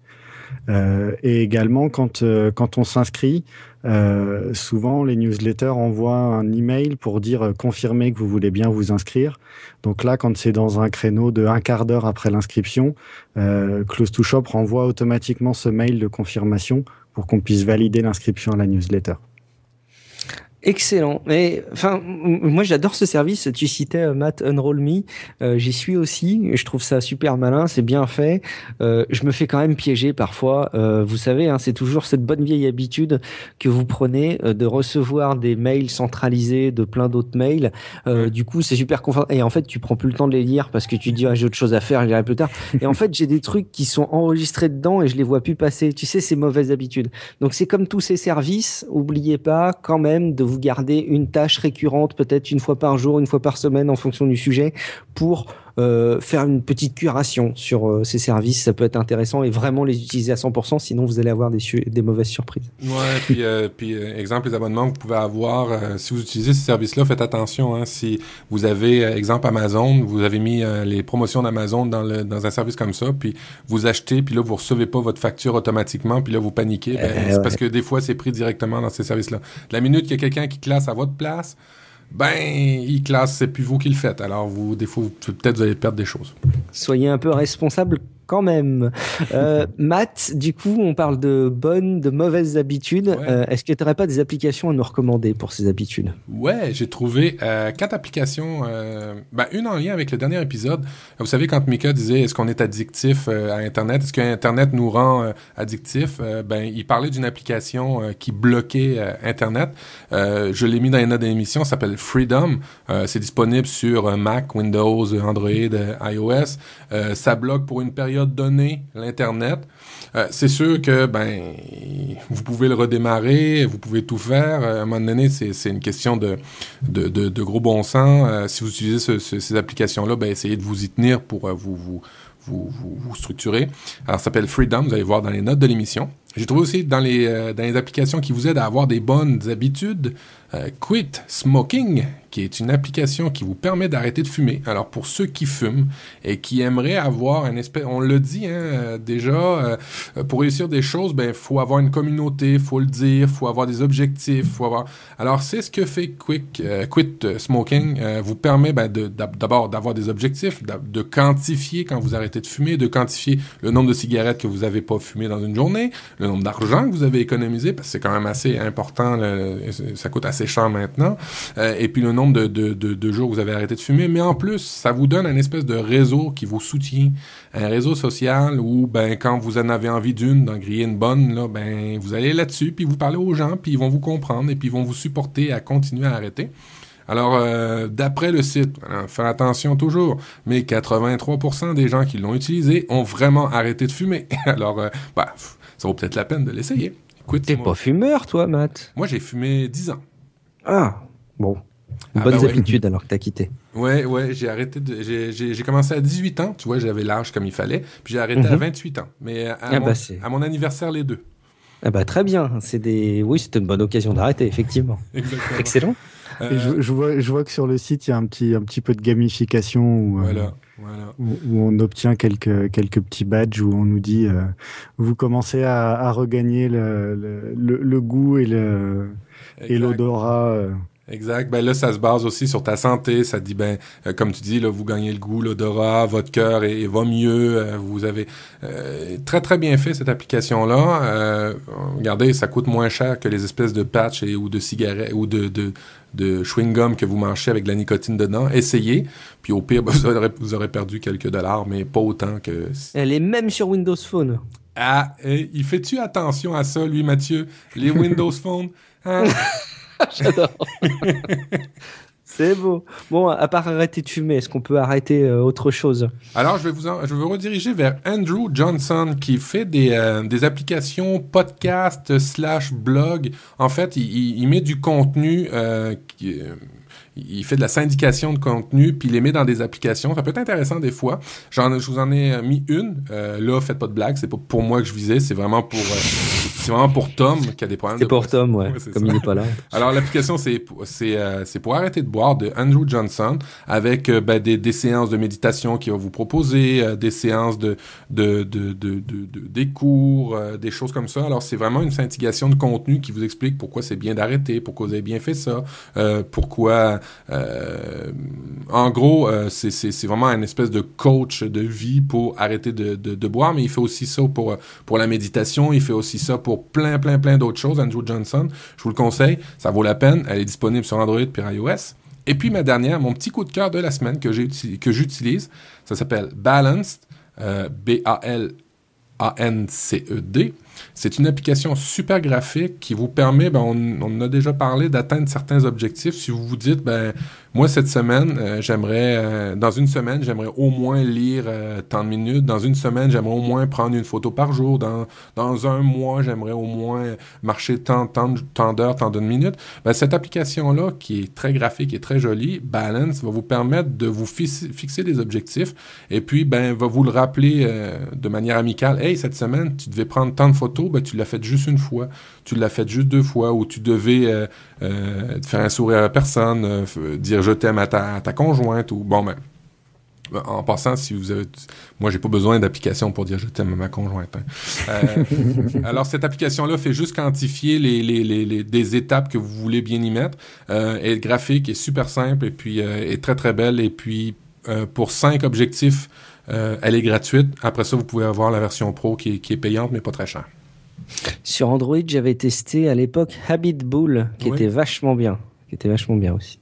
Euh, et également, quand, euh, quand on s'inscrit, euh, souvent les newsletters envoient un email pour dire euh, confirmer que vous voulez bien vous inscrire. Donc là, quand c'est dans un créneau de un quart d'heure après l'inscription, euh, Close to Shop renvoie automatiquement ce mail de confirmation pour qu'on puisse valider l'inscription à la newsletter. Excellent. Mais enfin, moi j'adore ce service. Tu citais euh, Matt Unroll Me. Euh, j'y suis aussi. Je trouve ça super malin. C'est bien fait. Euh, je me fais quand même piéger parfois. Euh, vous savez, hein, c'est toujours cette bonne vieille habitude que vous prenez euh, de recevoir des mails centralisés de plein d'autres mails. Euh, Ouais. Du coup, c'est super confortable. Et en fait, tu prends plus le temps de les lire parce que tu te dis ah, j'ai autre chose à faire, je lirai plus tard. Et en fait, j'ai des trucs qui sont enregistrés dedans et je les vois plus passer. Tu sais, ces mauvaises habitudes. Donc c'est comme tous ces services. Oubliez pas quand même de vous garder une tâche récurrente, peut-être une fois par jour, une fois par semaine en fonction du sujet, pour euh, faire une petite curation sur euh, ces services. Ça peut être intéressant et vraiment les utiliser à cent pour cent, sinon vous allez avoir des, su- des mauvaises surprises. Ouais, puis, euh, puis euh, exemple, les abonnements que vous pouvez avoir, euh, si vous utilisez ces services-là, faites attention. Hein, si vous avez, euh, exemple, Amazon, vous avez mis euh, les promotions d'Amazon dans, le, dans un service comme ça, puis vous achetez, puis là, vous recevez pas votre facture automatiquement, puis là, vous paniquez. Ben, Euh, c'est ouais. parce que des fois, c'est pris directement dans ces services-là. La minute qu'il y a quelqu'un qui classe à votre place, ben, il classe, c'est plus vous qui le faites. Alors, vous, des fois, vous- peut-être vous allez perdre des choses. Soyez un peu responsable quand même. Euh, Matt, du coup, on parle de bonnes, de mauvaises habitudes. Ouais. Euh, est-ce que tu n'aurais pas des applications à nous recommander pour ces habitudes? Ouais, j'ai trouvé euh, quatre applications. Euh, ben, une en lien avec le dernier épisode. Vous savez, quand Mika disait est-ce qu'on est addictif euh, à Internet, est-ce que Internet nous rend euh, addictif, euh, ben, il parlait d'une application euh, qui bloquait euh, Internet. Euh, je l'ai mis dans les notes de l'émission, ça s'appelle Freedom. Euh, c'est disponible sur euh, Mac, Windows, Android, euh, iOS. Euh, ça bloque pour une période donnée l'Internet. Euh, c'est sûr que ben vous pouvez le redémarrer, vous pouvez tout faire. Euh, à un moment donné, c'est, c'est une question de, de, de, de gros bon sens. Euh, si vous utilisez ce, ce, ces applications-là, ben essayez de vous y tenir pour euh, vous, vous, vous, vous, vous structurer. Alors, ça s'appelle Freedom, vous allez voir dans les notes de l'émission. J'ai trouvé aussi dans les, euh, dans les applications qui vous aident à avoir des bonnes habitudes, euh, Quit Smoking, qui est une application qui vous permet d'arrêter de fumer. Alors, pour ceux qui fument et qui aimeraient avoir un espèce... On le dit, hein, euh, déjà, euh, pour réussir des choses, ben, faut avoir une communauté, faut le dire, faut avoir des objectifs, faut avoir... Alors, c'est ce que fait Quick, euh, Quit Smoking, euh, vous permet ben, de, d'abord d'avoir des objectifs, de, de quantifier quand vous arrêtez de fumer, de quantifier le nombre de cigarettes que vous n'avez pas fumé dans une journée, le nombre d'argent que vous avez économisé, parce que c'est quand même assez important, le, ça coûte assez cher maintenant, euh, et puis le nombre de, de, de, de jours que vous avez arrêté de fumer, mais en plus, ça vous donne un espèce de réseau qui vous soutient, un réseau social où, ben, quand vous en avez envie d'une, d'en griller une bonne, là, ben, vous allez là-dessus, puis vous parlez aux gens, puis ils vont vous comprendre, et puis ils vont vous supporter à continuer à arrêter. Alors, euh, d'après le site, alors, faire attention toujours, mais quatre-vingt-trois pour cent des gens qui l'ont utilisé ont vraiment arrêté de fumer. Alors, euh, bah, ça vaut peut-être la peine de l'essayer. Écoute, T'es moi, pas fumeur, toi, Matt? moi, j'ai fumé dix ans. Ah, bon. Ah, Bonnes ben ouais. habitudes alors que t'as quitté. Ouais, ouais, j'ai arrêté de, j'ai, j'ai, j'ai commencé à dix-huit ans, tu vois, j'avais l'âge comme il fallait, puis j'ai arrêté Mhm. à vingt-huit ans. Mais à, Ah mon, bah, c'est- à mon anniversaire, les deux. Ah bah très bien. C'est des. Oui, c'était une bonne occasion d'arrêter, effectivement. Exactement. Excellent. Euh, Et je, je vois, je vois que sur le site, il y a un petit, un petit peu de gamification où, euh, Voilà, voilà. où, où on obtient quelques, quelques petits badges où on nous dit euh, vous commencez à, à regagner le, le, le, le goût et le et Exact. l'odorat. euh. Exact. Ben là, ça se base aussi sur ta santé. Ça dit, ben, euh, comme tu dis, là, vous gagnez le goût, l'odorat, votre cœur et, et va mieux. Euh, vous avez euh, très très bien fait cette application-là. Euh, regardez, ça coûte moins cher que les espèces de patchs et ou de cigarettes ou de de de chewing-gum que vous mangez avec de la nicotine dedans. Essayez. Puis au pire, ben, vous aurez vous aurez perdu quelques dollars, mais pas autant que. Elle est même sur Windows Phone. Ah, et, il fait-tu attention à ça, lui, Mathieu? Les Windows Phone? Hein? J'adore. C'est beau. Bon, à part arrêter de fumer, est-ce qu'on peut arrêter euh, autre chose? Alors, je vais vous en- je vais vous rediriger vers Andrew Johnson qui fait des, euh, des applications podcast slash blog. En fait, il, il, il met du contenu, euh, qui, euh, il fait de la syndication de contenu, puis il les met dans des applications. Ça peut être intéressant des fois. J'en, je vous en ai mis une. Euh, là, faites pas de blague, c'est pas pour moi que je visais, c'est vraiment pour, euh, c'est vraiment pour Tom qui a des problèmes C'est de pour poisson. Tom, ouais, Ouais, c'est comme ça. il n'est pas là. Alors, l'application, c'est pour- c'est euh, c'est pour arrêter de boire de Andrew Johnson avec euh, ben, des, des séances de méditation qu'il va vous proposer, euh, des séances de, de, de, de, de, de- des cours, euh, des choses comme ça. Alors, c'est vraiment une scintillation de contenu qui vous explique pourquoi c'est bien d'arrêter, pourquoi vous avez bien fait ça, euh, pourquoi Euh, en gros, euh, c'est, c'est, c'est vraiment une espèce de coach de vie pour arrêter de, de, de boire, mais il fait aussi ça pour, pour la méditation, il fait aussi ça pour plein, plein, plein d'autres choses. Andrew Johnson, je vous le conseille, ça vaut la peine. Elle est disponible sur Android puis iOS. Et puis ma dernière, mon petit coup de cœur de la semaine que, j'ai, que j'utilise, ça s'appelle Balanced, euh, B A L A N C E D. C'est une application super graphique qui vous permet, ben on, on en a déjà parlé, d'atteindre certains objectifs. Si vous vous dites, ben moi cette semaine, euh, j'aimerais, euh, dans une semaine, j'aimerais au moins lire euh, tant de minutes. Dans une semaine, j'aimerais au moins prendre une photo par jour. Dans, dans un mois, j'aimerais au moins marcher tant, tant, tant d'heures, tant de minutes. Ben, cette application-là, qui est très graphique et très jolie, Balance, va vous permettre de vous fixer, fixer des objectifs et puis ben va vous le rappeler euh, de manière amicale. Hey, cette semaine, tu devais prendre tant de photos, ben tu l'as fait juste une fois, tu l'as fait juste deux fois, ou tu devais euh, euh, faire un sourire à la personne, euh, dire je t'aime à ta, à ta conjointe, ou bon ben en passant, si vous avez, moi j'ai pas besoin d'application pour dire je t'aime à ma conjointe. Hein. Euh, alors cette application-là fait juste quantifier les, les, les, les des étapes que vous voulez bien y mettre. Euh, elle est graphique, est super simple et puis euh, est très très belle. Et puis euh, pour cinq objectifs, euh, elle est gratuite. Après ça, vous pouvez avoir la version pro qui est, qui est payante mais pas très chère. Sur Android, j'avais testé à l'époque Habitbull, qui oui. était vachement bien, qui était vachement bien aussi.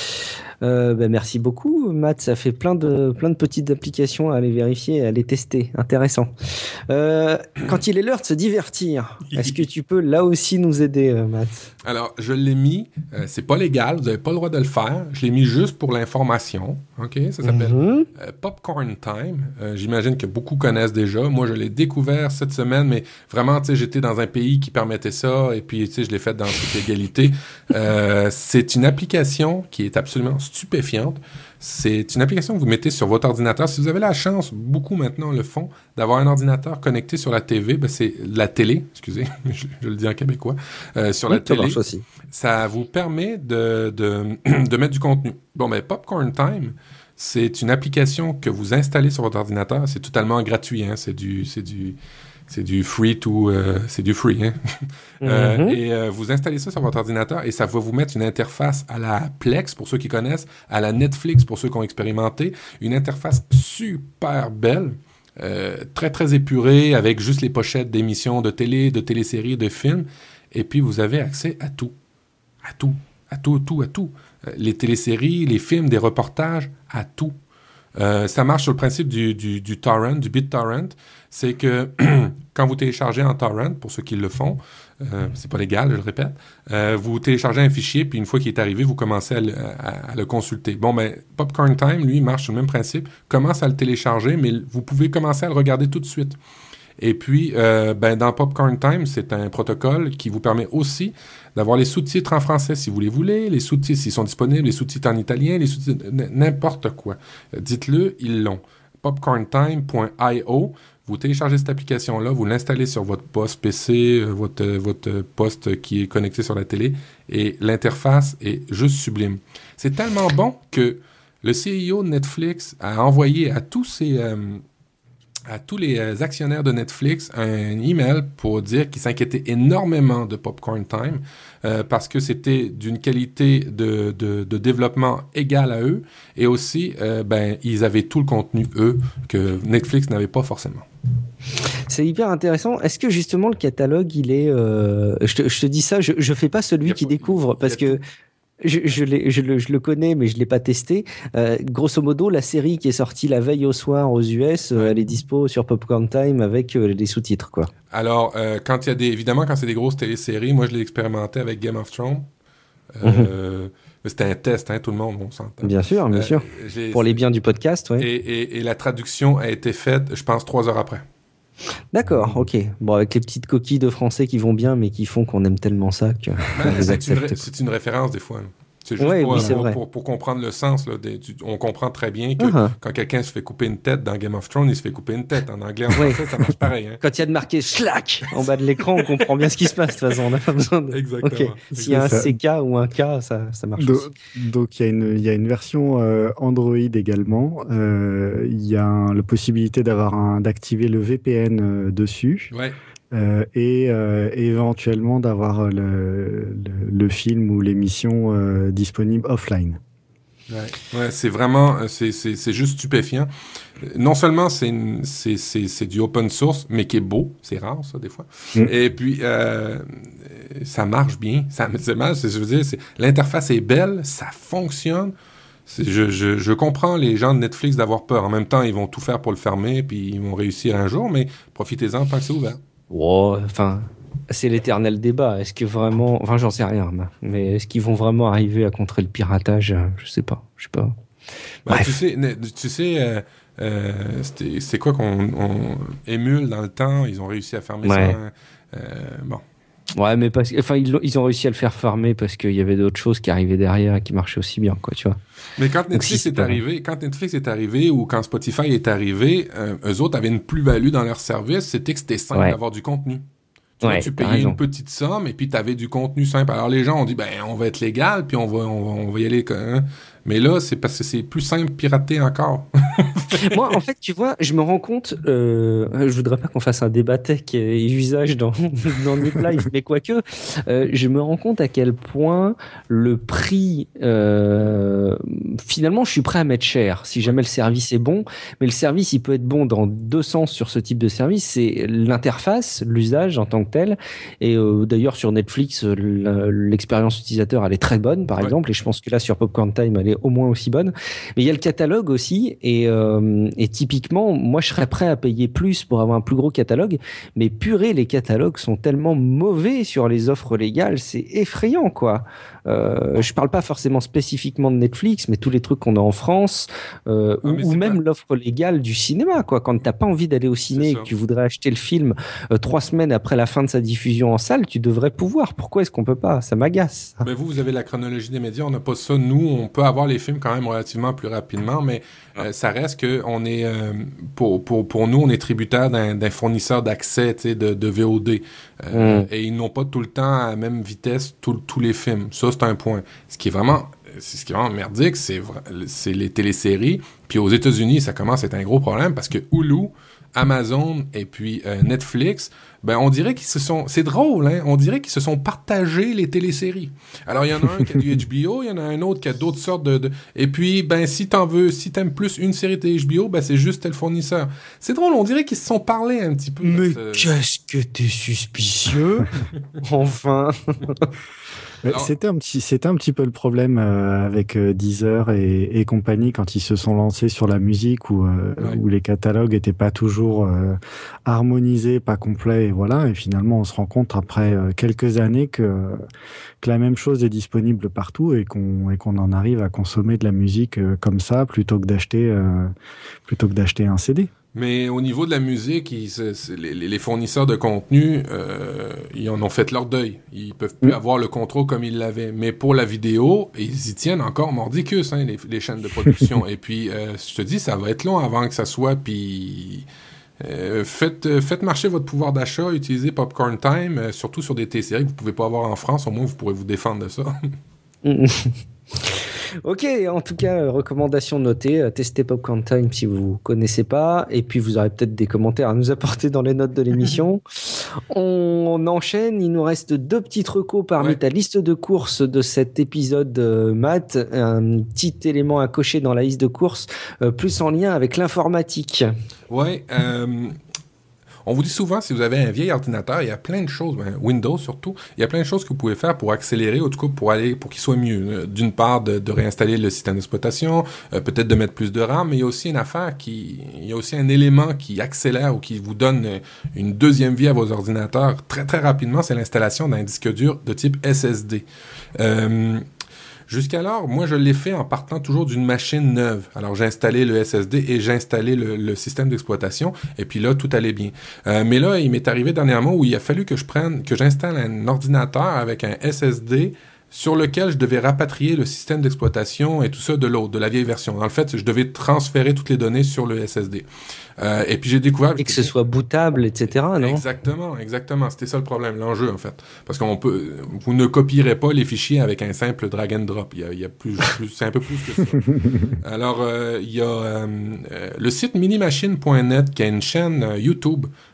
Euh, ben merci beaucoup, Matt. Ça fait plein de plein de petites applications à aller vérifier, à aller tester. Intéressant. Euh, quand il est l'heure de se divertir, est-ce que tu peux là aussi nous aider, Matt? Alors, je l'ai mis. Euh, c'est pas légal, vous n'avez pas le droit de le faire. Je l'ai mis juste pour l'information. Ok, ça s'appelle mm-hmm. euh, Popcorn Time. Euh, j'imagine que beaucoup connaissent déjà. Moi, je l'ai découvert cette semaine, mais vraiment, tu sais, j'étais dans un pays qui permettait ça, et puis tu sais, je l'ai fait dans toute légalité. Euh, c'est une application qui est absolument stupéfiante. C'est une application que vous mettez sur votre ordinateur. Si vous avez la chance, beaucoup maintenant le font, d'avoir un ordinateur connecté sur la T V, ben c'est la télé, excusez, je, je le dis en québécois, euh, sur oui, la télé, aussi. Ça vous permet de, de, de mettre du contenu. Bon, ben Popcorn Time, c'est une application que vous installez sur votre ordinateur. C'est totalement gratuit, hein. C'est du... C'est du C'est du free to... Euh, c'est du free, hein? euh, mm-hmm. Et euh, vous installez ça sur votre ordinateur et ça va vous mettre une interface à la Plex, pour ceux qui connaissent, à la Netflix, pour ceux qui ont expérimenté. Une interface super belle, euh, très, très épurée, avec juste les pochettes d'émissions de télé, de téléséries, de films. Et puis, vous avez accès à tout. À tout. À tout, tout, à tout. Euh, les téléséries, les films, des reportages, à tout. Euh, ça marche sur le principe du, du, du torrent, du BitTorrent. C'est que quand vous téléchargez en torrent, pour ceux qui le font, euh, c'est pas légal, je le répète, euh, vous téléchargez un fichier, puis une fois qu'il est arrivé, vous commencez à le, à, à le consulter. Bon, ben, Popcorn Time, lui, marche sur le même principe, commence à le télécharger, mais vous pouvez commencer à le regarder tout de suite. Et puis, euh, ben, dans Popcorn Time, c'est un protocole qui vous permet aussi d'avoir les sous-titres en français si vous les voulez, les sous-titres s'ils sont disponibles, les sous-titres en italien, les sous-titres, n- n'importe quoi. Dites-le, ils l'ont. popcorntime point io. Vous téléchargez cette application-là, vous l'installez sur votre poste P C, euh, votre, euh, votre poste qui est connecté sur la télé, et l'interface est juste sublime. C'est tellement bon que le C E O de Netflix a envoyé à tous ses... Euh, à tous les euh, actionnaires de Netflix un email pour dire qu'ils s'inquiétaient énormément de Popcorn Time euh, parce que c'était d'une qualité de, de, de développement égale à eux et aussi, euh, ben, ils avaient tout le contenu, eux, que Netflix n'avait pas forcément. C'est hyper intéressant. Est-ce que justement le catalogue, il est... Euh... Je, te, je te dis ça, je ne fais pas celui qui découvre parce que... Je, je, je, le, je le connais, mais je l'ai pas testé. Euh, grosso modo, la série qui est sortie la veille au soir aux U S, euh, elle est dispo sur Popcorn Time avec euh, les sous-titres, quoi. Alors, euh, quand il y a des, évidemment, quand c'est des grosses téléséries, moi je l'ai expérimenté avec Game of Thrones. Euh, mm-hmm. C'était un test, hein, tout le monde, on s'entend. Bien sûr, bien euh, sûr. Pour les biens du podcast, oui. Et, et, et la traduction a été faite, je pense, trois heures après. D'accord, ok. Bon, avec les petites coquilles de français qui vont bien, mais qui font qu'on aime tellement ça que ben, les c'est, accepte, une ré- c'est une référence des fois. Là. C'est juste ouais, pour, oui, c'est pour, vrai. Pour, pour comprendre le sens. Là, des, du, on comprend très bien que uh-huh. quand quelqu'un se fait couper une tête dans Game of Thrones, il se fait couper une tête. En anglais, en français, ouais. Ça marche pareil. Hein. Quand il y a de marqué « schlack » en bas de l'écran, on comprend bien ce qui se passe. De toute façon, on n'a pas besoin de... Exactement. Okay. S'il y a un C K ou un K, ça, ça marche donc, aussi. Donc, il y a une, il y a une version euh, Android également. Euh, il y a un, la possibilité d'avoir un, d'activer le V P N euh, dessus. Ouais. Euh, et euh, éventuellement d'avoir le, le, le film ou l'émission euh, disponible offline. Ouais, ouais, c'est vraiment, c'est, c'est, c'est juste stupéfiant. Non seulement c'est, une, c'est, c'est, c'est du open source, mais qui est beau, c'est rare ça des fois. Mm. Et puis euh, ça marche bien, ça, c'est mal, c'est, je veux dire, c'est, l'interface est belle, ça fonctionne. C'est, je, je, je comprends les gens de Netflix d'avoir peur. En même temps, ils vont tout faire pour le fermer, puis ils vont réussir un jour, mais profitez-en tant que c'est ouvert. Oh, enfin. C'est l'éternel débat. Est-ce que vraiment, enfin, j'en sais rien, mais est-ce qu'ils vont vraiment arriver à contrer le piratage? Je sais pas, je sais pas. Ben, tu sais, tu sais, euh, euh, c'était, c'est quoi qu'on on émule dans le temps. Ils ont réussi à fermer ouais. ça. Euh, bon. Ouais, mais parce, enfin, ils, ils ont réussi à le faire fermer parce qu'il y avait d'autres choses qui arrivaient derrière et qui marchaient aussi bien, quoi, tu vois. Mais quand Netflix si est, est arrivé, quand Netflix est arrivé ou quand Spotify est arrivé, euh, eux autres avaient une plus-value dans leur service, c'était que c'était simple ouais. d'avoir du contenu. Tu, ouais, vois, tu payais une petite somme et puis tu avais du contenu simple. Alors les gens ont dit, ben, on va être légal puis on va, on va, on va y aller. Hein. Mais là, c'est parce que c'est plus simple pirater encore. Moi, en fait, tu vois, je me rends compte, euh, je voudrais pas qu'on fasse un débat tech et usage dans, dans Nip Life, mais quoique, euh, je me rends compte à quel point le prix, euh, finalement, je suis prêt à mettre cher si jamais le service est bon, mais le service, il peut être bon dans deux sens sur ce type de service. C'est l'interface, l'usage en tant que tel. Et euh, d'ailleurs, sur Netflix, l'expérience utilisateur, elle est très bonne, par ouais. exemple, et je pense que là, sur Popcorn Time, elle est au moins aussi bonne. Mais il y a le catalogue aussi, et, euh, et typiquement, moi, je serais prêt à payer plus pour avoir un plus gros catalogue, mais purée, les catalogues sont tellement mauvais sur les offres légales, c'est effrayant, quoi. Euh, je parle pas forcément spécifiquement de Netflix, mais tous les trucs qu'on a en France, euh, ah, ou, ou même pas... l'offre légale du cinéma, quoi. Quand t'as pas envie d'aller au ciné et que tu voudrais acheter le film euh, trois semaines après la fin de sa diffusion en salle, tu devrais pouvoir. Pourquoi est-ce qu'on peut pas? Ça m'agace. Mais vous, vous avez la chronologie des médias, on n'a pas ça. Nous, on peut avoir les films quand même relativement plus rapidement, mais euh, ça reste que on est, euh, pour, pour, pour nous, on est tributaire d'un, d'un fournisseur d'accès, tu sais, de, de V O D. Euh, mm. Et ils n'ont pas tout le temps à la même vitesse tous les films. Ça, c'est un point. Ce qui est vraiment, c'est ce qui est vraiment merdique, c'est, c'est les téléséries. Puis aux États-Unis, ça commence à être un gros problème parce que Hulu, Amazon et puis euh, Netflix, ben on dirait qu'ils se sont, c'est drôle, hein, on dirait qu'ils se sont partagés les téléséries. Alors il y en a un qui a du H B O, il y en a un autre qui a d'autres sortes de, de... et puis ben si t'en veux, si t'aimes plus une série de H B O, ben c'est juste tel fournisseur. C'est drôle, on dirait qu'ils se sont parlé un petit peu. Mais ce... qu'est-ce que t'es suspicieux. Enfin. Alors... C'était un petit, c'était un petit peu le problème euh, avec euh, Deezer et, et compagnie quand ils se sont lancés sur la musique où, euh, ouais. où les catalogues étaient pas toujours euh, harmonisés, pas complets, et voilà. Et finalement, on se rend compte après euh, quelques années que que la même chose est disponible partout et qu'on et qu'on en arrive à consommer de la musique euh, comme ça plutôt que d'acheter euh, plutôt que d'acheter un C D. Mais au niveau de la musique, ils, c'est, c'est, les, les fournisseurs de contenu, euh, ils en ont fait leur deuil. Ils peuvent plus mmh. avoir le contrôle comme ils l'avaient. Mais pour la vidéo, ils y tiennent encore mordicus, hein, les, les chaînes de production. Et puis, euh, je te dis, ça va être long avant que ça soit. Puis, euh, faites, faites marcher votre pouvoir d'achat, utilisez Popcorn Time, euh, surtout sur des téléséries que vous pouvez pas avoir en France. Au moins, vous pourrez vous défendre de ça. Ok, en tout cas, euh, recommandation notée, euh, testez Popcorn Time si vous ne connaissez pas, et puis vous aurez peut-être des commentaires à nous apporter dans les notes de l'émission. On enchaîne, il nous reste deux petites recos parmi ouais. ta liste de courses de cet épisode, euh, Matt, un petit élément à cocher dans la liste de courses, euh, plus en lien avec l'informatique. Ouais, euh... on vous dit souvent, si vous avez un vieil ordinateur, il y a plein de choses, ben Windows surtout, il y a plein de choses que vous pouvez faire pour accélérer, ou en tout cas pour aller, pour qu'il soit mieux. D'une part, de, de réinstaller le système d'exploitation, euh, peut-être de mettre plus de RAM, mais il y a aussi une affaire qui, il y a aussi un élément qui accélère ou qui vous donne une deuxième vie à vos ordinateurs très très rapidement, c'est l'installation d'un disque dur de type S S D. Euh, Jusqu'alors, moi, je l'ai fait en partant toujours d'une machine neuve. Alors, j'ai installé le S S D et j'ai installé le, le système d'exploitation. Et puis là, tout allait bien. Euh, mais là, il m'est arrivé dernièrement où il a fallu que je prenne, que j'installe un ordinateur avec un S S D sur lequel je devais rapatrier le système d'exploitation et tout ça de l'autre, de la vieille version. Dans le fait, je devais transférer toutes les données sur le S S D. Euh, et puis j'ai découvert... Et que ce soit bootable, et cetera, non? Exactement, exactement. C'était ça le problème, l'enjeu, en fait. Parce qu'on peut... Vous ne copierez pas les fichiers avec un simple drag and drop. Il y a, il y a plus, plus... C'est un peu plus que ça. Alors, euh, il y a euh, euh, le site minimachine point net qui a une chaîne euh, YouTube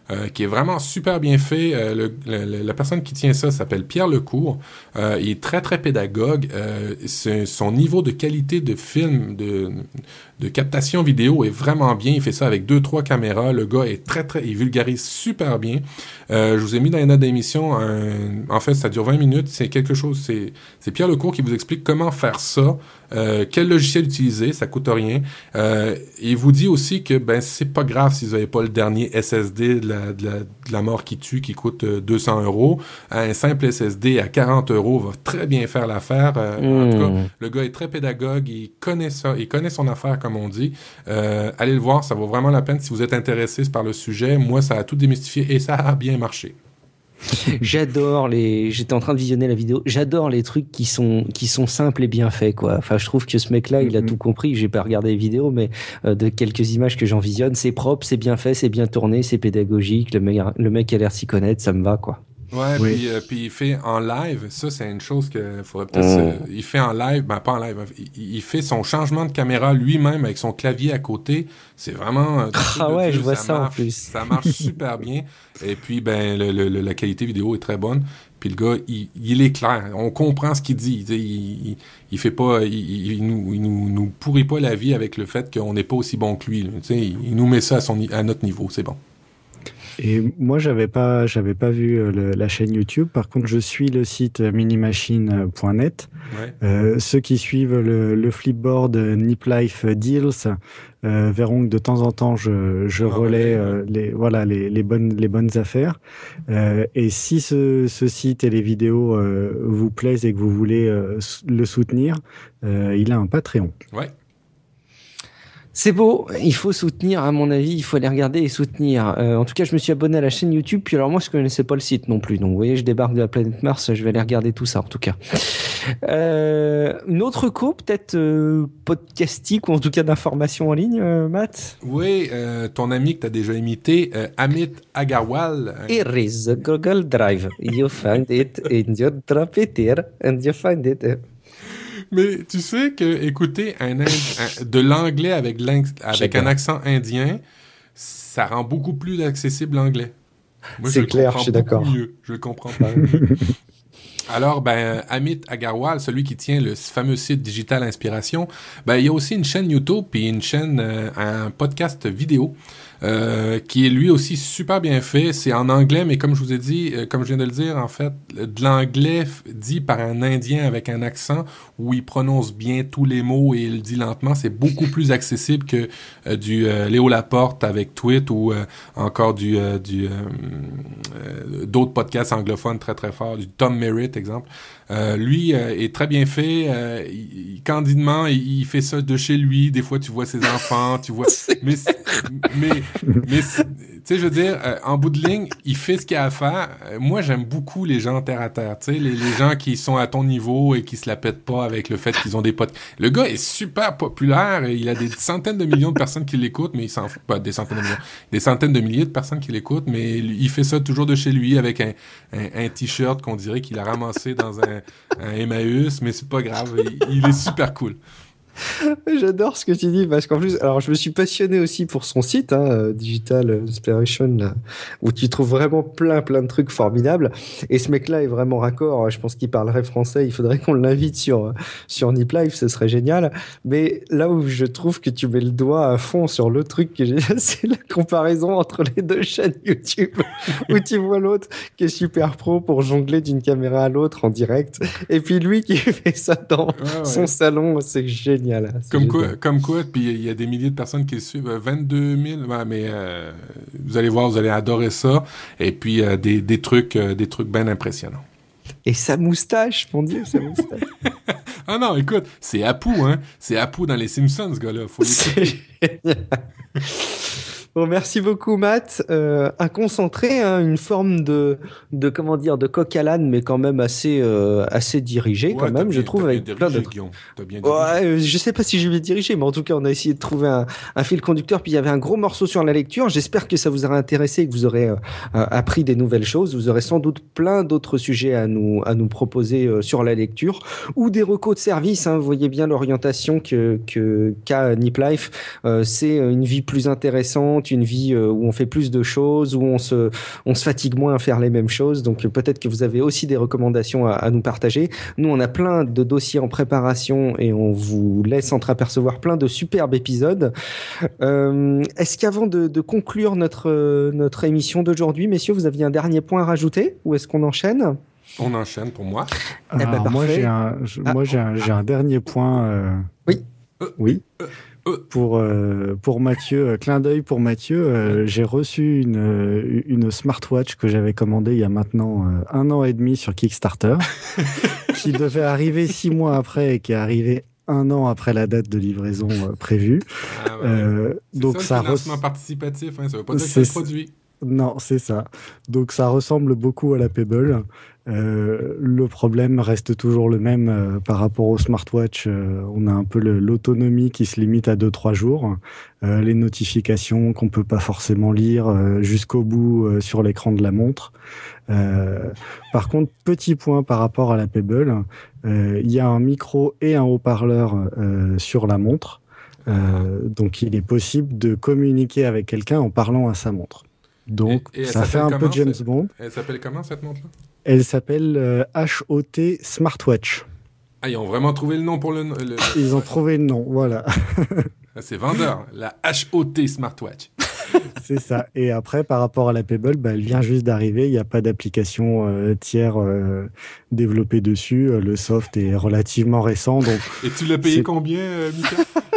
euh, qui est vraiment super bien fait. Euh, le, le, la personne qui tient ça s'appelle Pierre Lecourt. Euh, il est très, très pédagogue. Euh, son niveau de qualité de film, de, de captation vidéo est vraiment bien. Il fait ça avec deux, trois caméras. Le gars est très, très... Il vulgarise super bien. Euh, je vous ai mis dans les notes d'émission, un, en fait, ça dure vingt minutes. C'est quelque chose... C'est, c'est Pierre Lecourt qui vous explique comment faire ça, euh, quel logiciel utiliser, ça coûte rien. Euh, il vous dit aussi que ben c'est pas grave si vous n'avez pas le dernier S S D de la, de la, de la mort qui tue qui coûte euh, deux cents euros. Un simple S S D à quarante euros va très bien faire l'affaire. Euh, mmh. En tout cas, le gars est très pédagogue, il connaît ça, il connaît son affaire comme on dit. Euh, allez le voir, ça vaut vraiment la peine si vous êtes intéressé par le sujet. Moi, ça a tout démystifié et ça a bien marché. J'adore les. J'étais en train de visionner la vidéo. J'adore les trucs qui sont qui sont simples et bien faits, quoi. Enfin, je trouve que ce mec-là, mm-hmm. il a tout compris. J'ai pas regardé les vidéos, mais euh, de quelques images que j'en visionne, c'est propre, c'est bien fait, c'est bien tourné, c'est pédagogique. Le mec, le mec a l'air s'y connaître, ça me va, quoi. Ouais, oui. puis, euh, puis il fait en live, ça c'est une chose que faudrait peut-être... Mmh. Se, il fait en live, ben pas en live, il, il fait son changement de caméra lui-même avec son clavier à côté. C'est vraiment... Ah ouais, Dieu, je vois ça, ça marche, en plus. Ça marche super bien. Et puis, ben le, le, la qualité vidéo est très bonne. Puis le gars, il, il est clair. On comprend ce qu'il dit. Il, il, il fait pas... Il, il, nous, il nous, nous pourrit pas la vie avec le fait qu'on n'est pas aussi bon que lui. Il, il nous met ça à, son, à notre niveau, c'est bon. Et moi, j'avais pas, j'avais pas vu le, la chaîne YouTube. Par contre, je suis le site minimachine point net. Ouais. Euh, ceux qui suivent le, le flipboard Nip Life Deals euh, verront que de temps en temps, je, je ah, relais ouais, ouais. Euh, les, voilà, les, les bonnes, les bonnes affaires. Euh, et si ce, ce site et les vidéos euh, vous plaisent et que vous voulez euh, le soutenir, euh, il a un Patreon. Ouais. C'est beau, il faut soutenir, à mon avis, il faut aller regarder et soutenir. Euh, en tout cas, je me suis abonné à la chaîne YouTube, puis alors moi, je connaissais pas le site non plus. Donc, vous voyez, je débarque de la planète Mars, je vais aller regarder tout ça, en tout cas. Euh, une autre co, peut-être euh, podcastique, ou en tout cas d'information en ligne, euh, Matt? Oui, euh, ton ami que tu as déjà imité, euh, Amit Agarwal. Here is a Google Drive. You find it in your drop it here, and you find it... Mais tu sais que écouter un, un, de l'anglais avec, avec un accent indien, ça rend beaucoup plus accessible l'anglais. Moi, c'est je clair, le comprends je suis beaucoup d'accord. mieux. Je le comprends pas. Alors, ben, Amit Agarwal, celui qui tient le fameux site Digital Inspiration, ben, il y a aussi une chaîne YouTube puis une chaîne, euh, un podcast vidéo. Euh, qui est lui aussi super bien fait. C'est en anglais, mais comme je vous ai dit, euh, comme je viens de le dire, en fait, de l'anglais dit par un Indien avec un accent où il prononce bien tous les mots et il le dit lentement. C'est beaucoup plus accessible que euh, du euh, Léo Laporte avec Tweet ou euh, encore du, euh, du euh, euh, d'autres podcasts anglophones très très forts, du Tom Merritt, exemple. Euh, lui euh, est très bien fait. Euh, il, il, candidement, il, il fait ça de chez lui. Des fois, tu vois ses enfants, tu vois. mais mais mais tu sais, je veux dire, euh, en bout de ligne, il fait ce qu'il a à faire. Euh, moi, j'aime beaucoup les gens terre à terre. Tu sais, les, les gens qui sont à ton niveau et qui se la pètent pas avec le fait qu'ils ont des potes. Le gars est super populaire. Et il a des centaines de millions de personnes qui l'écoutent, mais il s'en fout pas des centaines de millions, des centaines de milliers de personnes qui l'écoutent, mais il fait ça toujours de chez lui avec un, un, un t-shirt qu'on dirait qu'il a ramassé dans un un Emmaüs, mais c'est pas grave, il, il est super cool. J'adore ce que tu dis parce qu'en plus, alors je me suis passionné aussi pour son site, hein, Digital Inspiration, là, où tu trouves vraiment plein plein de trucs formidables. Et ce mec-là est vraiment raccord. Je pense qu'il parlerait français. Il faudrait qu'on l'invite sur sur Nip Life, ce serait génial. Mais là où je trouve que tu mets le doigt à fond sur le truc que j'ai, c'est la comparaison entre les deux chaînes YouTube, où tu vois l'autre qui est super pro pour jongler d'une caméra à l'autre en direct, et puis lui qui fait ça dans ouais, ouais. son salon. C'est génial. Comme quoi, comme quoi, puis il y a des milliers de personnes qui le suivent, vingt-deux mille, ouais, mais euh, vous allez voir, vous allez adorer ça, et puis euh, des, des trucs, euh, des trucs bien impressionnants. Et sa moustache, mon Dieu, sa moustache. Ah non, écoute, c'est Apu, hein, c'est Apu dans les Simpsons, ce gars-là, faut l'écouter. Bon, merci beaucoup, Matt. Euh, un concentré, hein, une forme de, de comment dire, de coq à l'âne, mais quand même assez, euh, assez dirigé, ouais, quand même, bien, je trouve, avec plein de. T'as bien ouais, je sais pas si je vais diriger, mais en tout cas, on a essayé de trouver un, un fil conducteur. Puis il y avait un gros morceau sur la lecture. J'espère que ça vous aura intéressé et que vous aurez euh, appris des nouvelles choses. Vous aurez sans doute plein d'autres sujets à nous, à nous proposer euh, sur la lecture ou des recos de service. Hein. Vous voyez bien l'orientation que, que, qu'a Nip Life. Euh, c'est une vie plus intéressante, oriente une vie euh, où on fait plus de choses, où on se, on se fatigue moins à faire les mêmes choses. Donc peut-être que vous avez aussi des recommandations à, à nous partager. Nous, on a plein de dossiers en préparation et on vous laisse entreapercevoir plein de superbes épisodes. Euh, est-ce qu'avant de, de conclure notre, notre émission d'aujourd'hui, messieurs, vous aviez un dernier point à rajouter ou est-ce qu'on enchaîne ? On enchaîne pour moi. Eh ben, Alors, moi, j'ai un, je, ah, moi, j'ai un, j'ai un dernier point. Euh... Oui. Euh, oui. Euh, euh. Pour, euh, pour Mathieu, euh, clin d'œil pour Mathieu, euh, j'ai reçu une, une smartwatch que j'avais commandée il y a maintenant euh, un an et demi sur Kickstarter, qui devait arriver six mois après et qui est arrivée un an après la date de livraison euh, prévue. Ah, ouais. euh, donc ça, ça le financement re... participatif, hein, ça veut pas dire que c'est le produit. Non, c'est ça. Donc ça ressemble beaucoup à la Pebble. Euh, le problème reste toujours le même euh, par rapport au smartwatch. Euh, on a un peu le, l'autonomie qui se limite à deux trois jours. Euh, les notifications qu'on peut pas forcément lire euh, jusqu'au bout euh, sur l'écran de la montre. Euh, par contre, petit point par rapport à la Pebble, euh, il y a un micro et un haut-parleur euh, sur la montre. Euh, donc il est possible de communiquer avec quelqu'un en parlant à sa montre. Donc, et, et ça fait un peu James Bond. Elle s'appelle comment, cette montre-là ? Elle s'appelle euh, H O T Smartwatch. Ah, ils ont vraiment trouvé le nom pour le... le... Ils ont trouvé le nom, voilà. C'est vendeur, la H O T Smartwatch. C'est ça. Et après, par rapport à la Pebble, bah, elle vient juste d'arriver. Il n'y a pas d'application euh, tiers euh, développée dessus. Le soft est relativement récent. Donc et tu l'as payé c'est... combien, euh, Mika ?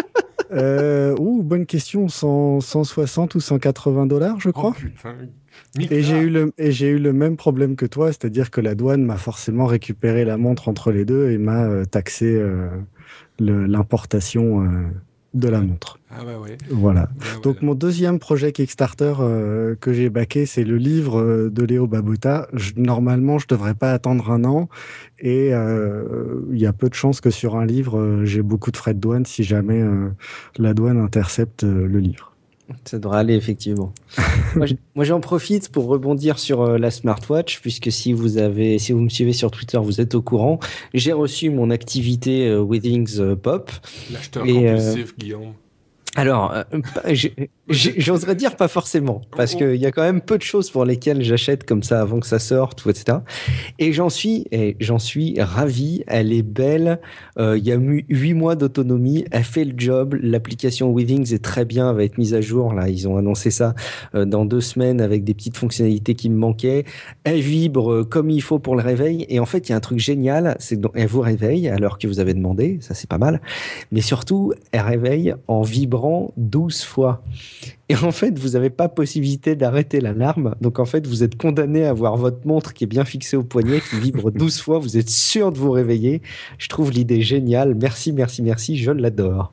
Euh, ouh, bonne question, cent, cent soixante ou cent quatre-vingts dollars, je crois. Oh, putain. Et j'ai eu le, et j'ai eu le même problème que toi, c'est-à-dire que la douane m'a forcément récupéré la montre entre les deux et m'a euh, taxé euh, le, l'importation euh, de la montre. Ah bah oui. Voilà. Bah, Donc voilà. Mon deuxième projet Kickstarter euh, que j'ai backé, c'est le livre de Léo Babauta. Je, normalement, je devrais pas attendre un an et il euh, y a peu de chances que sur un livre, euh, j'ai beaucoup de frais de douane si jamais euh, la douane intercepte euh, le livre. Ça devrait aller, effectivement. moi, moi, j'en profite pour rebondir sur euh, la smartwatch, puisque si vous avez, si vous me suivez sur Twitter, vous êtes au courant. J'ai reçu mon activité euh, Withings euh, Pop. L'acheteur et, compulsif, euh, Guillaume. Alors, euh, j'ai, j'ai, j'oserais dire pas forcément, parce oh, oh. qu'il y a quand même peu de choses pour lesquelles j'achète comme ça avant que ça sorte, ou et cetera. Et j'en suis, et j'en suis ravi. Elle est belle. Euh, il y a huit mois d'autonomie. Elle fait le job. L'application Withings est très bien. Elle va être mise à jour. Là, ils ont annoncé ça euh, dans deux semaines avec des petites fonctionnalités qui me manquaient. Elle vibre euh, comme il faut pour le réveil. Et en fait, il y a un truc génial, c'est qu'elle vous réveille à l'heure que vous avez demandé. Ça, c'est pas mal. Mais surtout, elle réveille en vibrant douze fois. Et en fait, vous n'avez pas possibilité d'arrêter l'alarme. Donc en fait, vous êtes condamné à avoir votre montre qui est bien fixée au poignet, qui vibre douze fois. Vous êtes sûr de vous réveiller. Je trouve l'idée géniale. Merci, merci, merci. Je l'adore.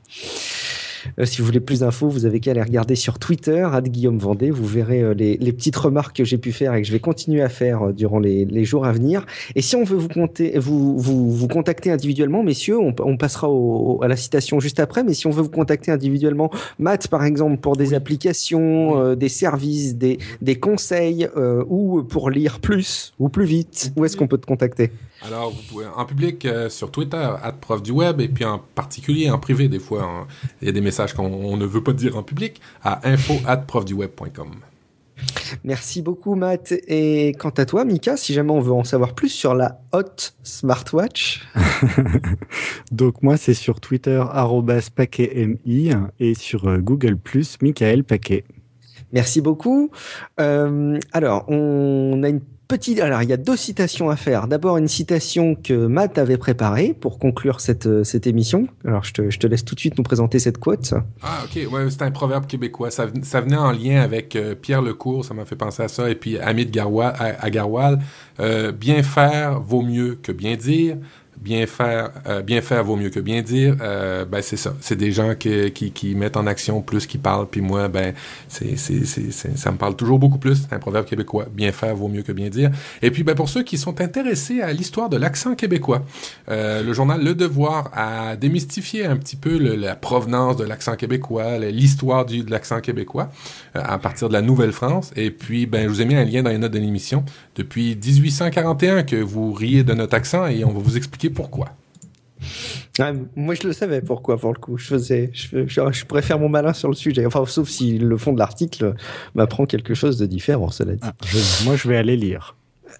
Euh, si vous voulez plus d'infos, vous avez qu'à aller regarder sur Twitter, arobase Guillaume Vendée. Vous verrez euh, les, les petites remarques que j'ai pu faire et que je vais continuer à faire euh, durant les, les jours à venir. Et si on veut vous, compter, vous, vous, vous contacter individuellement, messieurs, on, on passera au, à la citation juste après, mais si on veut vous contacter individuellement, Matt, par exemple, pour des oui. applications, oui. Euh, des services, des, des conseils, euh, ou pour lire plus ou plus vite, où est-ce qu'on peut te contacter ? Alors, vous pouvez, en public, euh, sur Twitter, arobase prof du web, et puis en particulier, en privé, des fois, hein, il y a des messages qu'on on ne veut pas dire en public, à info arobase prof du web point com. Merci beaucoup, Matt. Et quant à toi, Mika, si jamais on veut en savoir plus sur la Hot Smartwatch. Donc, moi, c'est sur Twitter, arobase paquetmi, et sur euh, Google plus, Michael Paquet. Merci beaucoup. Euh, alors, on a une Petit, alors, il y a deux citations à faire. D'abord, une citation que Matt avait préparée pour conclure cette, cette émission. Alors, je te, je te laisse tout de suite nous présenter cette quote. Ah, OK. Ouais, c'est un proverbe québécois. Ça, ça venait en lien avec euh, Pierre Lecourt, ça m'a fait penser à ça, et puis Amit Garwal, Agarwal. Euh, bien faire vaut mieux que bien dire. Bien faire, euh, bien faire vaut mieux que bien dire. Euh, ben c'est ça. C'est des gens qui, qui, qui mettent en action plus qu'ils parlent. Puis moi, ben c'est, c'est, c'est, c'est, ça me parle toujours beaucoup plus. C'est un proverbe québécois. Bien faire vaut mieux que bien dire. Et puis, ben pour ceux qui sont intéressés à l'histoire de l'accent québécois, euh, le journal Le Devoir a démystifié un petit peu le, la provenance de l'accent québécois, l'histoire du, de l'accent québécois euh, à partir de la Nouvelle-France. Et puis, ben je vous ai mis un lien dans les notes de l'émission. Depuis dix-huit cent quarante et un que vous riez de notre accent et on va vous expliquer pourquoi. Ah, moi, je le savais pourquoi, pour le coup. Je faisais, je, je, je pourrais faire mon malin sur le sujet. Enfin, sauf si le fond de l'article m'apprend quelque chose de différent, cela dit. Ah, je, moi, je vais aller lire.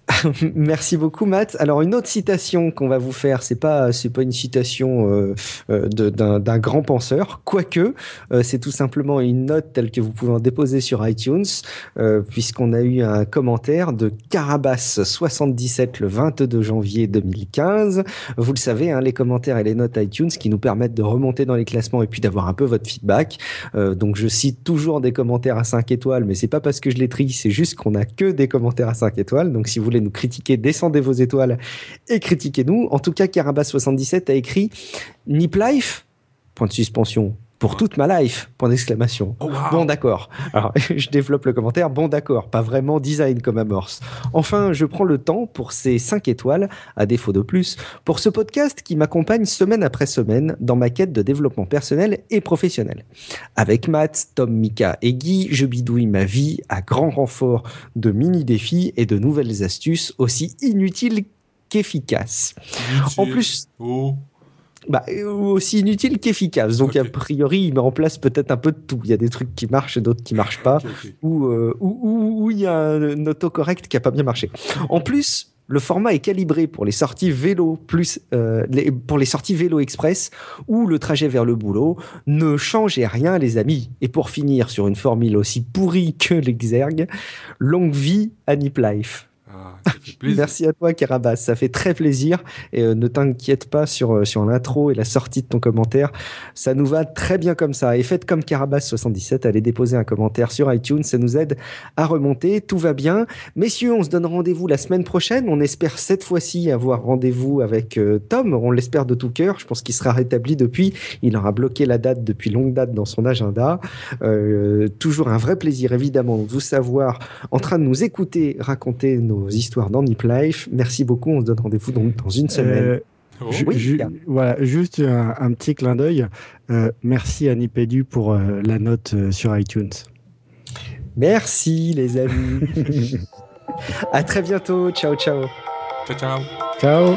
Merci beaucoup, Matt. Alors, une autre citation qu'on va vous faire, c'est pas, c'est pas une citation euh, euh, de, d'un, d'un grand penseur, quoique euh, c'est tout simplement une note telle que vous pouvez en déposer sur iTunes, euh, puisqu'on a eu un commentaire de Carabas soixante-dix-sept le vingt-deux janvier deux mille quinze. Vous le savez, hein, les commentaires et les notes iTunes qui nous permettent de remonter dans les classements et puis d'avoir un peu votre feedback. Euh, donc, je cite toujours des commentaires à cinq étoiles, mais c'est pas parce que je les trie, c'est juste qu'on a que des commentaires à cinq étoiles. Donc, si vous voulez nous critiquer, descendez vos étoiles et critiquez-nous. En tout cas, Carabas soixante-dix-sept a écrit Nip Life, point de suspension, pour toute ma life, point d'exclamation. Oh, wow. Bon, d'accord. Alors, je développe le commentaire. Bon, d'accord. Pas vraiment design comme amorce. Enfin, je prends le temps pour ces cinq étoiles, à défaut de plus, pour ce podcast qui m'accompagne semaine après semaine dans ma quête de développement personnel et professionnel. Avec Matt, Tom, Mika et Guy, je bidouille ma vie à grand renfort de mini-défis et de nouvelles astuces aussi inutiles qu'efficaces. Inutile. En plus... Oh. Bah, aussi inutile qu'efficace. Donc, okay. A priori, il met en place peut-être un peu de tout. Il y a des trucs qui marchent et d'autres qui marchent pas. Okay, okay. Ou euh, où il y a un autocorrect qui a pas bien marché. En plus, le format est calibré pour les sorties vélo plus, euh, les, pour les sorties vélo express ou le trajet vers le boulot. Ne changez rien, les amis. Et pour finir sur une formule aussi pourrie que l'exergue, longue vie à Nip Life. Ah, ça fait plaisir. Merci à toi, Carabas, ça fait très plaisir. Et euh, ne t'inquiète pas sur, sur l'intro et la sortie de ton commentaire. Ça nous va très bien comme ça. Et faites comme Carabas soixante-dix-sept, allez déposer un commentaire sur iTunes, ça nous aide à remonter. Tout va bien. Messieurs, on se donne rendez-vous la semaine prochaine. On espère cette fois-ci avoir rendez-vous avec euh, Tom. On l'espère de tout cœur. Je pense qu'il sera rétabli depuis. Il aura bloqué la date depuis longue date dans son agenda. Euh, toujours un vrai plaisir, évidemment, de vous savoir en train de nous écouter raconter nos histoires dans Nip Life. Merci beaucoup. On se donne rendez-vous donc dans une semaine. Euh, oh. oui, ju- voilà, juste un, un petit clin d'œil. Euh, merci à Nipédu pour euh, la note euh, sur iTunes. Merci les amis. À très bientôt. Ciao, ciao. Ciao, ciao. Ciao.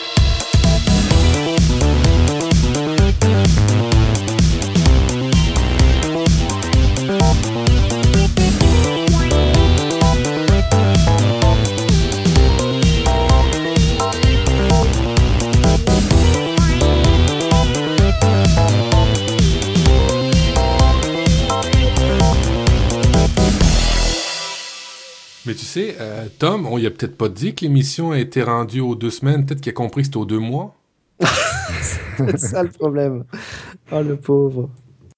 Mais tu sais, euh, Tom, on y a peut-être pas dit que l'émission a été rendue aux deux semaines. Peut-être qu'il a compris que c'était aux deux mois. C'est ça le problème. Oh, le pauvre.